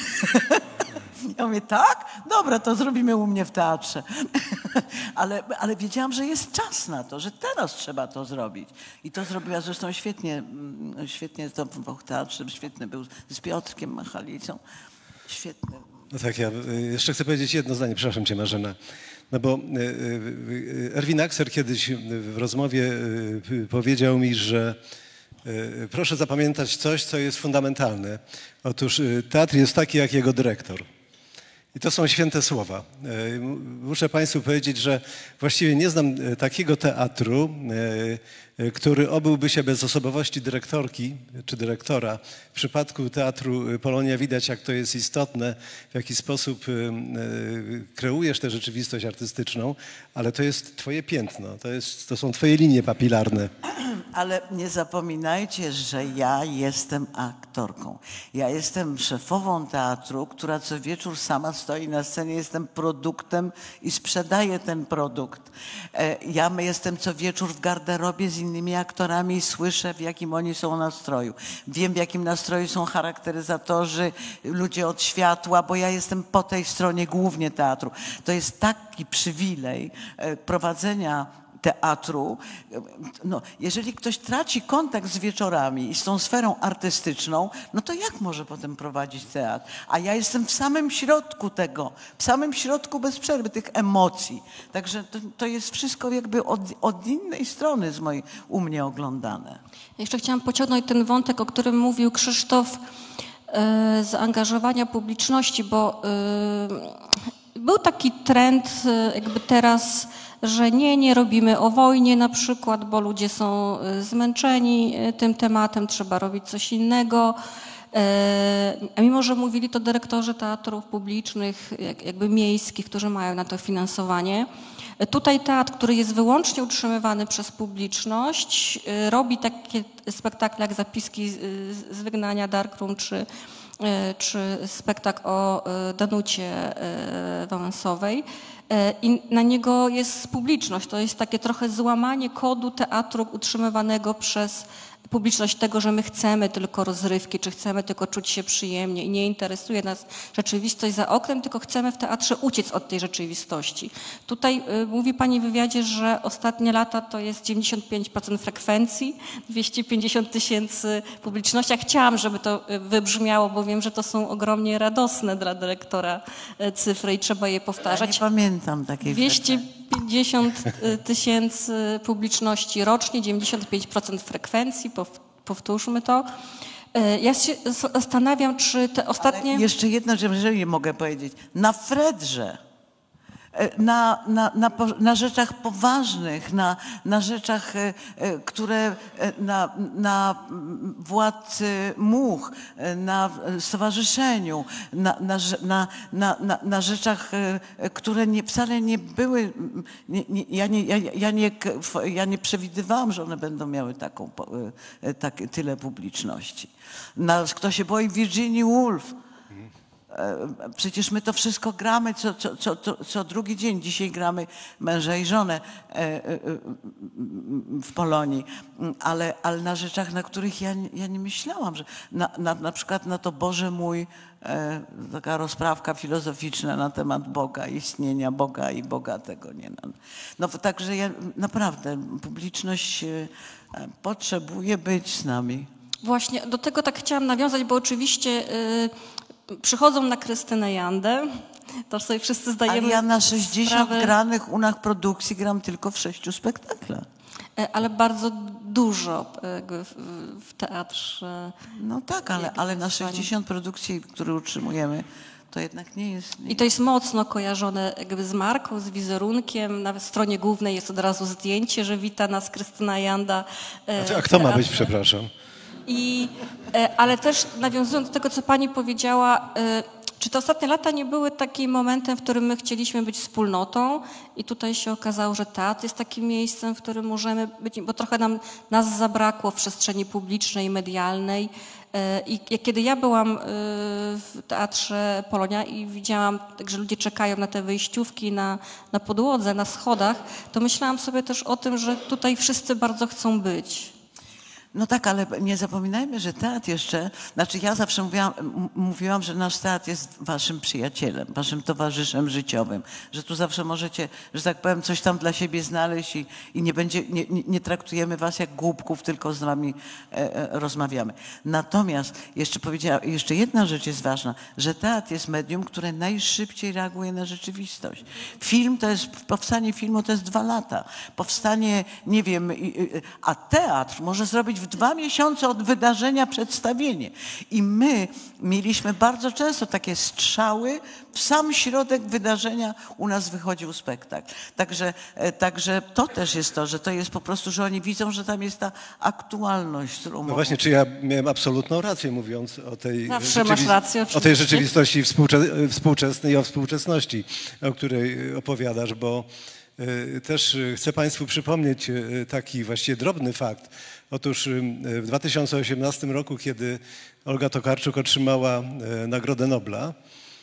D: Ja mówię, tak? Dobra, to zrobimy u mnie w teatrze. ale, ale wiedziałam, że jest czas na to, że teraz trzeba to zrobić. I to zrobiła zresztą świetnie, świetnie to w Och Teatrze, świetny był z Piotrkiem Machalicą. Świetny.
E: No tak, ja jeszcze chcę powiedzieć jedno zdanie, przepraszam cię Marzena. No bo Erwin Akser kiedyś w rozmowie powiedział mi, że proszę zapamiętać coś, co jest fundamentalne. Otóż teatr jest taki, jak jego dyrektor. I to są święte słowa. Muszę Państwu powiedzieć, że właściwie nie znam takiego teatru, który obyłby się bez osobowości dyrektorki czy dyrektora. W przypadku Teatru Polonia widać, jak to jest istotne, w jaki sposób kreujesz tę rzeczywistość artystyczną, ale to jest twoje piętno, to, jest, to są twoje linie papilarne.
D: Ale nie zapominajcie, że ja jestem aktorką. Ja jestem szefową teatru, która co wieczór sama stoi na scenie. Jestem produktem i sprzedaję ten produkt. Ja jestem co wieczór w garderobie z innymi aktorami i słyszę, w jakim oni są nastroju. Wiem, w jakim nastroju są charakteryzatorzy, ludzie od światła, bo ja jestem po tej stronie głównie teatru. To jest taki przywilej prowadzenia teatru. No, jeżeli ktoś traci kontakt z wieczorami i z tą sferą artystyczną, no to jak może potem prowadzić teatr? A ja jestem w samym środku tego, w samym środku bez przerwy tych emocji. Także to, to jest wszystko jakby od, od innej strony z mojej, u mnie oglądane.
B: Jeszcze chciałam pociągnąć ten wątek, o którym mówił Krzysztof, e, zaangażowania publiczności, bo e, był taki trend e, jakby teraz, że nie, nie robimy o wojnie na przykład, bo ludzie są zmęczeni tym tematem, trzeba robić coś innego. A mimo, że mówili to dyrektorzy teatrów publicznych, jakby miejskich, którzy mają na to finansowanie, Tutaj teatr, który jest wyłącznie utrzymywany przez publiczność, robi takie spektakle jak Zapiski z wygnania Darkroom, czy, czy spektakl o Danucie Wałęsowej. I na niego jest publiczność. To jest takie trochę złamanie kodu teatru utrzymywanego przez publiczność tego, że my chcemy tylko rozrywki, czy chcemy tylko czuć się przyjemnie i nie interesuje nas rzeczywistość za oknem, tylko chcemy w teatrze uciec od tej rzeczywistości. Tutaj y, mówi pani w wywiadzie, że ostatnie lata to jest dziewięćdziesiąt pięć procent frekwencji, dwieście pięćdziesiąt tysięcy publiczności. Ja chciałam, żeby to wybrzmiało, bo wiem, że to są ogromnie radosne dla dyrektora cyfry i trzeba je powtarzać.
D: Ja nie pamiętam takiej
B: dwieście pięćdziesiąt tysięcy publiczności rocznie, dziewięćdziesiąt pięć procent frekwencji, powtórzmy to. Ja się zastanawiam, czy te ostatnie...
D: Ale jeszcze jedna rzecz, jeżeli mogę powiedzieć. Na Fredrze, na, na, na, na rzeczach poważnych, na, na rzeczach, które na, na Władcy Much, na stowarzyszeniu, na, na, na, na, na, na rzeczach, które nie, wcale nie były, nie, nie, ja, nie, ja, ja, nie, ja nie przewidywałam, że one będą miały taką, tak, tyle publiczności. Na, kto się boi Virginia Woolf. Przecież my to wszystko gramy co, co, co, co, co drugi dzień. Dzisiaj gramy Męża i żonę w Polonii, ale, ale na rzeczach, na których ja, ja nie myślałam, że na, na, na przykład na to Boże mój, taka rozprawka filozoficzna na temat Boga, istnienia Boga i Boga tego nie. No także ja naprawdę publiczność potrzebuje być z nami.
B: Właśnie do tego tak chciałam nawiązać, bo oczywiście yy, przychodzą na Krystynę Jandę, to sobie wszyscy zdajemy
D: Ale ja na sześćdziesiąt
B: sprawę,
D: granych unach produkcji gram tylko w sześciu spektaklach.
B: ale bardzo dużo w, w teatrze.
D: No tak, ale, ale na sześćdziesiąt produkcji, które utrzymujemy, to jednak nie jest... Nie...
B: I to jest mocno kojarzone jakby z marką, z wizerunkiem. Na stronie głównej jest od razu zdjęcie, że wita nas Krystyna Janda.
E: A kto ma być, przepraszam?
B: I, ale też nawiązując do tego, co pani powiedziała, czy te ostatnie lata nie były takim momentem, w którym my chcieliśmy być wspólnotą i tutaj się okazało, że teatr jest takim miejscem, w którym możemy być, bo trochę nam, nas zabrakło w przestrzeni publicznej, medialnej. I kiedy ja byłam w Teatrze Polonia i widziałam, że ludzie czekają na te wyjściówki na, na podłodze, na schodach, to myślałam sobie też o tym, że tutaj wszyscy bardzo chcą być.
D: No tak, ale nie zapominajmy, że teatr jeszcze, znaczy ja zawsze mówiłam, mówiłam, że nasz teatr jest waszym przyjacielem, waszym towarzyszem życiowym, że tu zawsze możecie, że tak powiem, coś tam dla siebie znaleźć i, i nie, będzie, nie, nie traktujemy was jak głupków, tylko z wami e, e, rozmawiamy. Natomiast jeszcze powiedziałam, jeszcze jedna rzecz jest ważna, że teatr jest medium, które najszybciej reaguje na rzeczywistość. Film to jest, powstanie filmu to jest dwa lata. Powstanie, nie wiem, a teatr może zrobić w dwa miesiące od wydarzenia przedstawienie. I my mieliśmy bardzo często takie strzały, w sam środek wydarzenia u nas wychodził spektakl. Także, także to też jest to, że to jest po prostu, że oni widzą, że tam jest ta aktualność. Którą
E: no właśnie, czy ja miałem absolutną rację, mówiąc o tej,
B: Zawsze masz rację,
E: o tej rzeczywistości współcze współczesnej i o współczesności, o której opowiadasz, bo y, też chcę Państwu przypomnieć y, taki właściwie drobny fakt. Otóż w dwa tysiące osiemnastym roku, kiedy Olga Tokarczuk otrzymała Nagrodę Nobla,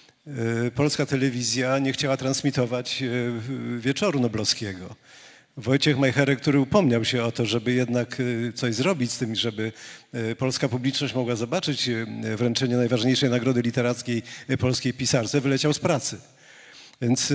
E: polska telewizja nie chciała transmitować wieczoru noblowskiego. Wojciech Majcherek, który upomniał się o to, żeby jednak coś zrobić z tym, żeby polska publiczność mogła zobaczyć wręczenie najważniejszej nagrody literackiej polskiej pisarce, wyleciał z pracy. Więc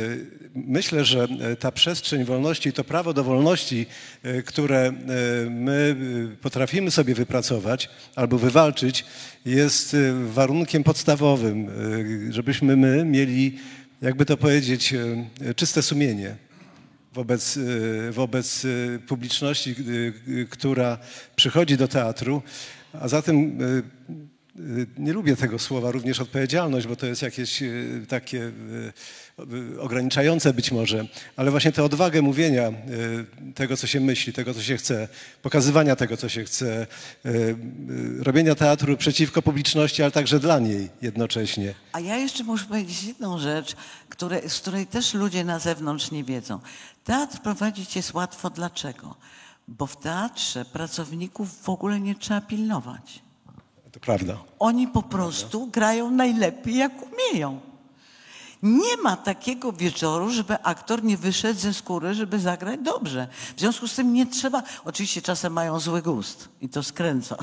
E: myślę, że ta przestrzeń wolności i to prawo do wolności, które my potrafimy sobie wypracować albo wywalczyć, jest warunkiem podstawowym, żebyśmy my mieli, jakby to powiedzieć, czyste sumienie wobec, wobec publiczności, która przychodzi do teatru, a zatem nie lubię tego słowa, również odpowiedzialność, bo to jest jakieś takie ograniczające być może, ale właśnie tę odwagę mówienia tego, co się myśli, tego, co się chce, pokazywania tego, co się chce, robienia teatru przeciwko publiczności, ale także dla niej jednocześnie.
D: A ja jeszcze muszę powiedzieć jedną rzecz, które, z której też ludzie na zewnątrz nie wiedzą. Teatr prowadzić jest łatwo. Dlaczego? Bo w teatrze pracowników w ogóle nie trzeba pilnować.
E: To prawda.
D: Oni po prostu grają najlepiej, jak umieją. Nie ma takiego wieczoru, żeby aktor nie wyszedł ze skóry, żeby zagrać dobrze. W związku z tym nie trzeba... Oczywiście czasem mają zły gust i to skręca.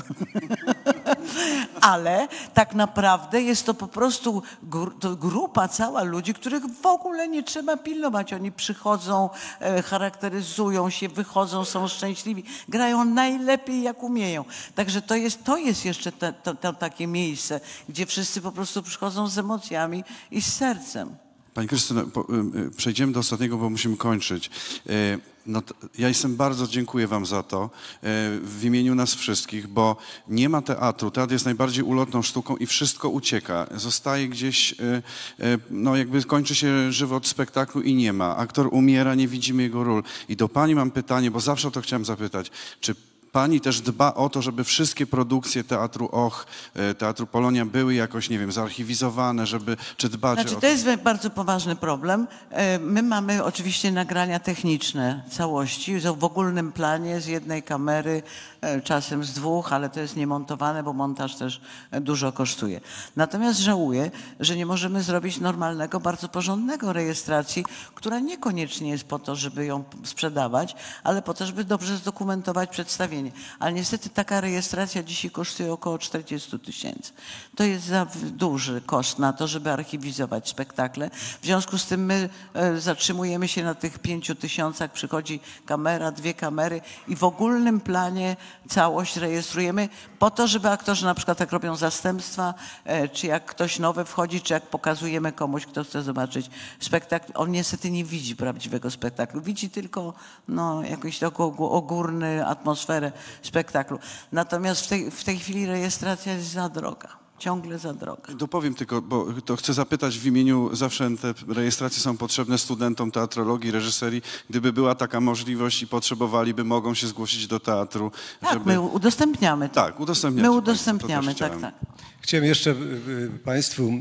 D: Ale tak naprawdę jest to po prostu gr to grupa cała ludzi, których w ogóle nie trzeba pilnować. Oni przychodzą, e, charakteryzują się, wychodzą, są szczęśliwi. Grają najlepiej, jak umieją. Także to jest, to jest jeszcze te, to, to takie miejsce, gdzie wszyscy po prostu przychodzą z emocjami i z sercem.
C: Pani Krystyno, po, y, przejdziemy do ostatniego, bo musimy kończyć. Y, no, ja jestem bardzo, dziękuję wam za to y, w imieniu nas wszystkich, bo nie ma teatru. Teatr jest najbardziej ulotną sztuką i wszystko ucieka. Zostaje gdzieś, y, y, no jakby kończy się żywot spektaklu i nie ma. Aktor umiera, nie widzimy jego ról. I do pani mam pytanie, bo zawsze o to chciałem zapytać. Czy pani też dba o to, żeby wszystkie produkcje Teatru Och, Teatru Polonia były jakoś, nie wiem, zarchiwizowane, żeby, czy dbać
D: Znaczy,
C: o...
D: to jest bardzo poważny problem. My mamy oczywiście nagrania techniczne całości, w ogólnym planie z jednej kamery, czasem z dwóch, ale to jest niemontowane, bo montaż też dużo kosztuje. Natomiast żałuję, że nie możemy zrobić normalnego, bardzo porządnego rejestracji, która niekoniecznie jest po to, żeby ją sprzedawać, ale po to, żeby dobrze zdokumentować przedstawienie. Ale niestety taka rejestracja dzisiaj kosztuje około czterdzieści tysięcy. To jest za duży koszt na to, żeby archiwizować spektakle. W związku z tym my e, zatrzymujemy się na tych pięciu tysiącach, przychodzi kamera, dwie kamery i w ogólnym planie całość rejestrujemy po to, żeby aktorzy na przykład jak robią zastępstwa, e, czy jak ktoś nowy wchodzi, czy jak pokazujemy komuś, kto chce zobaczyć spektakl, on niestety nie widzi prawdziwego spektaklu. Widzi tylko no, jakąś taką ogórny atmosferę spektaklu. Natomiast w tej, w tej chwili rejestracja jest za droga. Ciągle za droga.
C: Dopowiem tylko, bo to chcę zapytać w imieniu, zawsze te rejestracje są potrzebne studentom teatrologii, reżyserii. Gdyby była taka możliwość i potrzebowaliby, mogą się zgłosić do teatru.
D: Tak,
C: żeby...
D: my udostępniamy to.
C: Tak, udostępniamy.
D: My udostępniamy, tak,
C: chciałem.
D: tak.
E: Chciałem jeszcze Państwu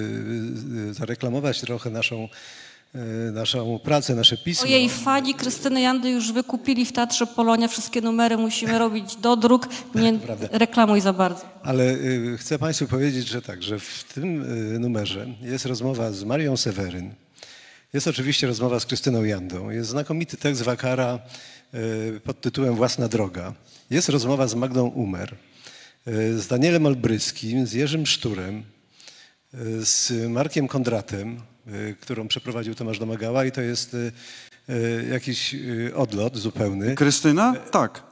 E: zareklamować trochę naszą naszą pracę, nasze pismo.
B: Ojej, fani Krystyny Jandy już wykupili w Teatrze Polonia wszystkie numery, musimy robić dodruk, nie reklamuj za bardzo.
E: Ale y, chcę Państwu powiedzieć, że tak, że w tym y, numerze jest rozmowa z Marią Seweryn, jest oczywiście rozmowa z Krystyną Jandą, jest znakomity tekst Wakara y, pod tytułem Własna droga, jest rozmowa z Magdą Umer, y, z Danielem Olbryskim, z Jerzym Szturem, y, z Markiem Kondratem, którą przeprowadził Tomasz Domagała i to jest jakiś odlot zupełny.
C: Krystyna? Tak.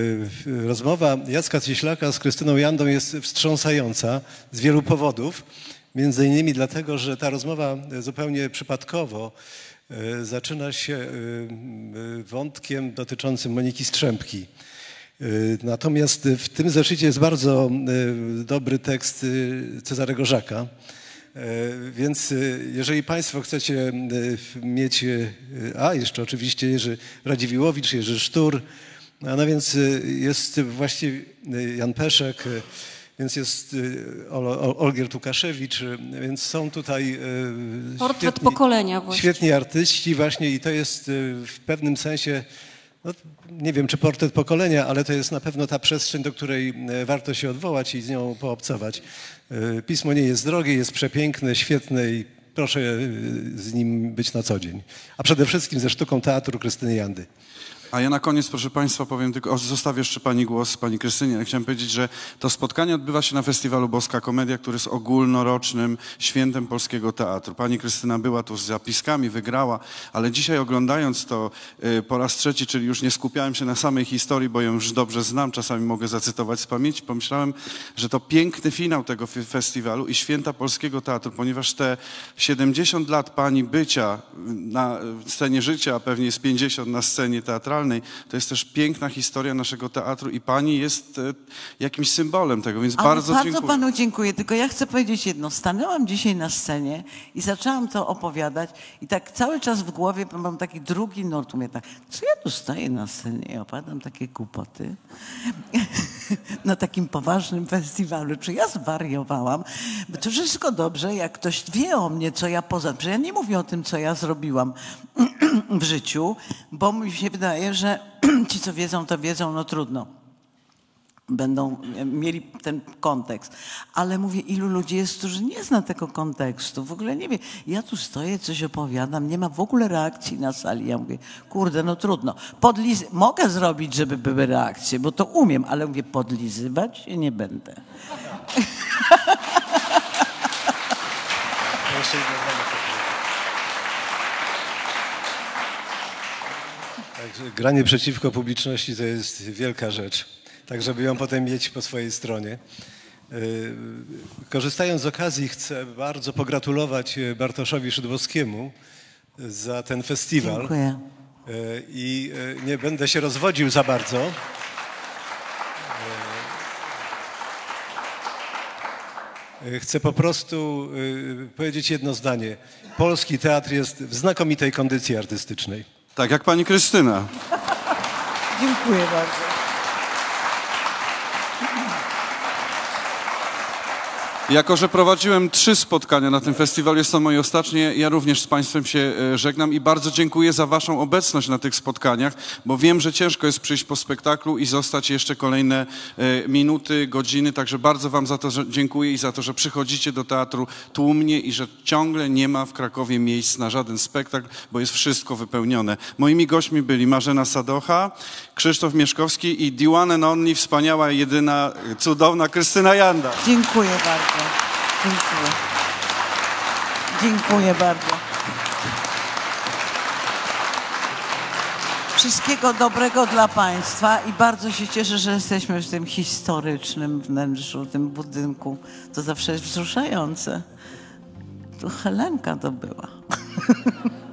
E: Rozmowa Jacka Cieślaka z Krystyną Jandą jest wstrząsająca z wielu powodów. Między innymi dlatego, że ta rozmowa zupełnie przypadkowo zaczyna się wątkiem dotyczącym Moniki Strzępki. Natomiast w tym zeszycie jest bardzo dobry tekst Cezarego Żaka. Więc jeżeli Państwo chcecie mieć, a jeszcze oczywiście Jerzy Radziwiłowicz, Jerzy Sztur, no więc jest właściwie Jan Peszek, więc jest Olgierd Łukaszewicz, więc są tutaj
B: Portret
E: świetni,
B: pokolenia właśnie.
E: Świetni artyści właśnie i to jest w pewnym sensie, no, nie wiem czy portret pokolenia, ale to jest na pewno ta przestrzeń, do której warto się odwołać i z nią poobcować. Pismo nie jest drogie, jest przepiękne, świetne i proszę z nim być na co dzień. A przede wszystkim ze sztuką teatru Krystyny Jandy.
C: A ja na koniec, proszę Państwa, powiem tylko, o, zostawię jeszcze Pani głos, Pani Krystynie. Chciałem powiedzieć, że to spotkanie odbywa się na festiwalu Boska Komedia, który jest ogólnorocznym świętem polskiego teatru. Pani Krystyna była tu z zapiskami, wygrała, ale dzisiaj oglądając to y, po raz trzeci, czyli już nie skupiałem się na samej historii, bo ją już dobrze znam, czasami mogę zacytować z pamięci, pomyślałem, że to piękny finał tego festiwalu i święta polskiego teatru, ponieważ te siedemdziesiąt lat Pani bycia na scenie życia, a pewnie jest pięćdziesiąt na scenie teatralnej, teatralnej, to jest też piękna historia naszego teatru i pani jest e, jakimś symbolem tego, więc
D: Ale
C: bardzo,
D: bardzo
C: dziękuję.
D: panu dziękuję, tylko ja chcę powiedzieć jedno. Stanęłam dzisiaj na scenie i zaczęłam to opowiadać i tak cały czas w głowie mam taki drugi nurt. Mówię tak, co ja tu stoję na scenie i opowiadam takie głupoty na takim poważnym festiwalu. Czy ja zwariowałam? Bo to wszystko dobrze, jak ktoś wie o mnie, co ja poza... Przecież ja nie mówię o tym, co ja zrobiłam w życiu, bo mi się wydaje, że ci, co wiedzą, to wiedzą, no trudno. Będą mieli ten kontekst. Ale mówię, ilu ludzi jest, którzy nie zna tego kontekstu, w ogóle nie wie. Ja tu stoję, coś opowiadam, nie ma w ogóle reakcji na sali. Ja mówię, kurde, no trudno. Podliz mogę zrobić, żeby były reakcje, bo to umiem, ale mówię, podlizywać się nie będę.
E: Także granie przeciwko publiczności to jest wielka rzecz, tak żeby ją potem mieć po swojej stronie. Korzystając z okazji chcę bardzo pogratulować Bartoszowi Szydłowskiemu za ten festiwal.
D: Dziękuję.
E: I nie będę się rozwodził za bardzo. Chcę po prostu powiedzieć jedno zdanie. Polski teatr jest w znakomitej kondycji artystycznej.
C: Tak jak pani Krystyna.
D: Dziękuję bardzo.
C: Jako że prowadziłem trzy spotkania na tym festiwalu, jest to moje ostatnie, ja również z państwem się e, żegnam i bardzo dziękuję za waszą obecność na tych spotkaniach, bo wiem, że ciężko jest przyjść po spektaklu i zostać jeszcze kolejne e, minuty, godziny, także bardzo wam za to że dziękuję i za to, że przychodzicie do teatru tłumnie i że ciągle nie ma w Krakowie miejsc na żaden spektakl, bo jest wszystko wypełnione. Moimi gośćmi byli Marzena Sadocha, Krzysztof Mieszkowski i the one and only, wspaniała, jedyna, cudowna Krystyna Janda.
D: Dziękuję bardzo. Dziękuję. Dziękuję bardzo. Wszystkiego dobrego dla państwa i bardzo się cieszę, że jesteśmy w tym historycznym wnętrzu, tym budynku. To zawsze jest wzruszające. To Helenka to była.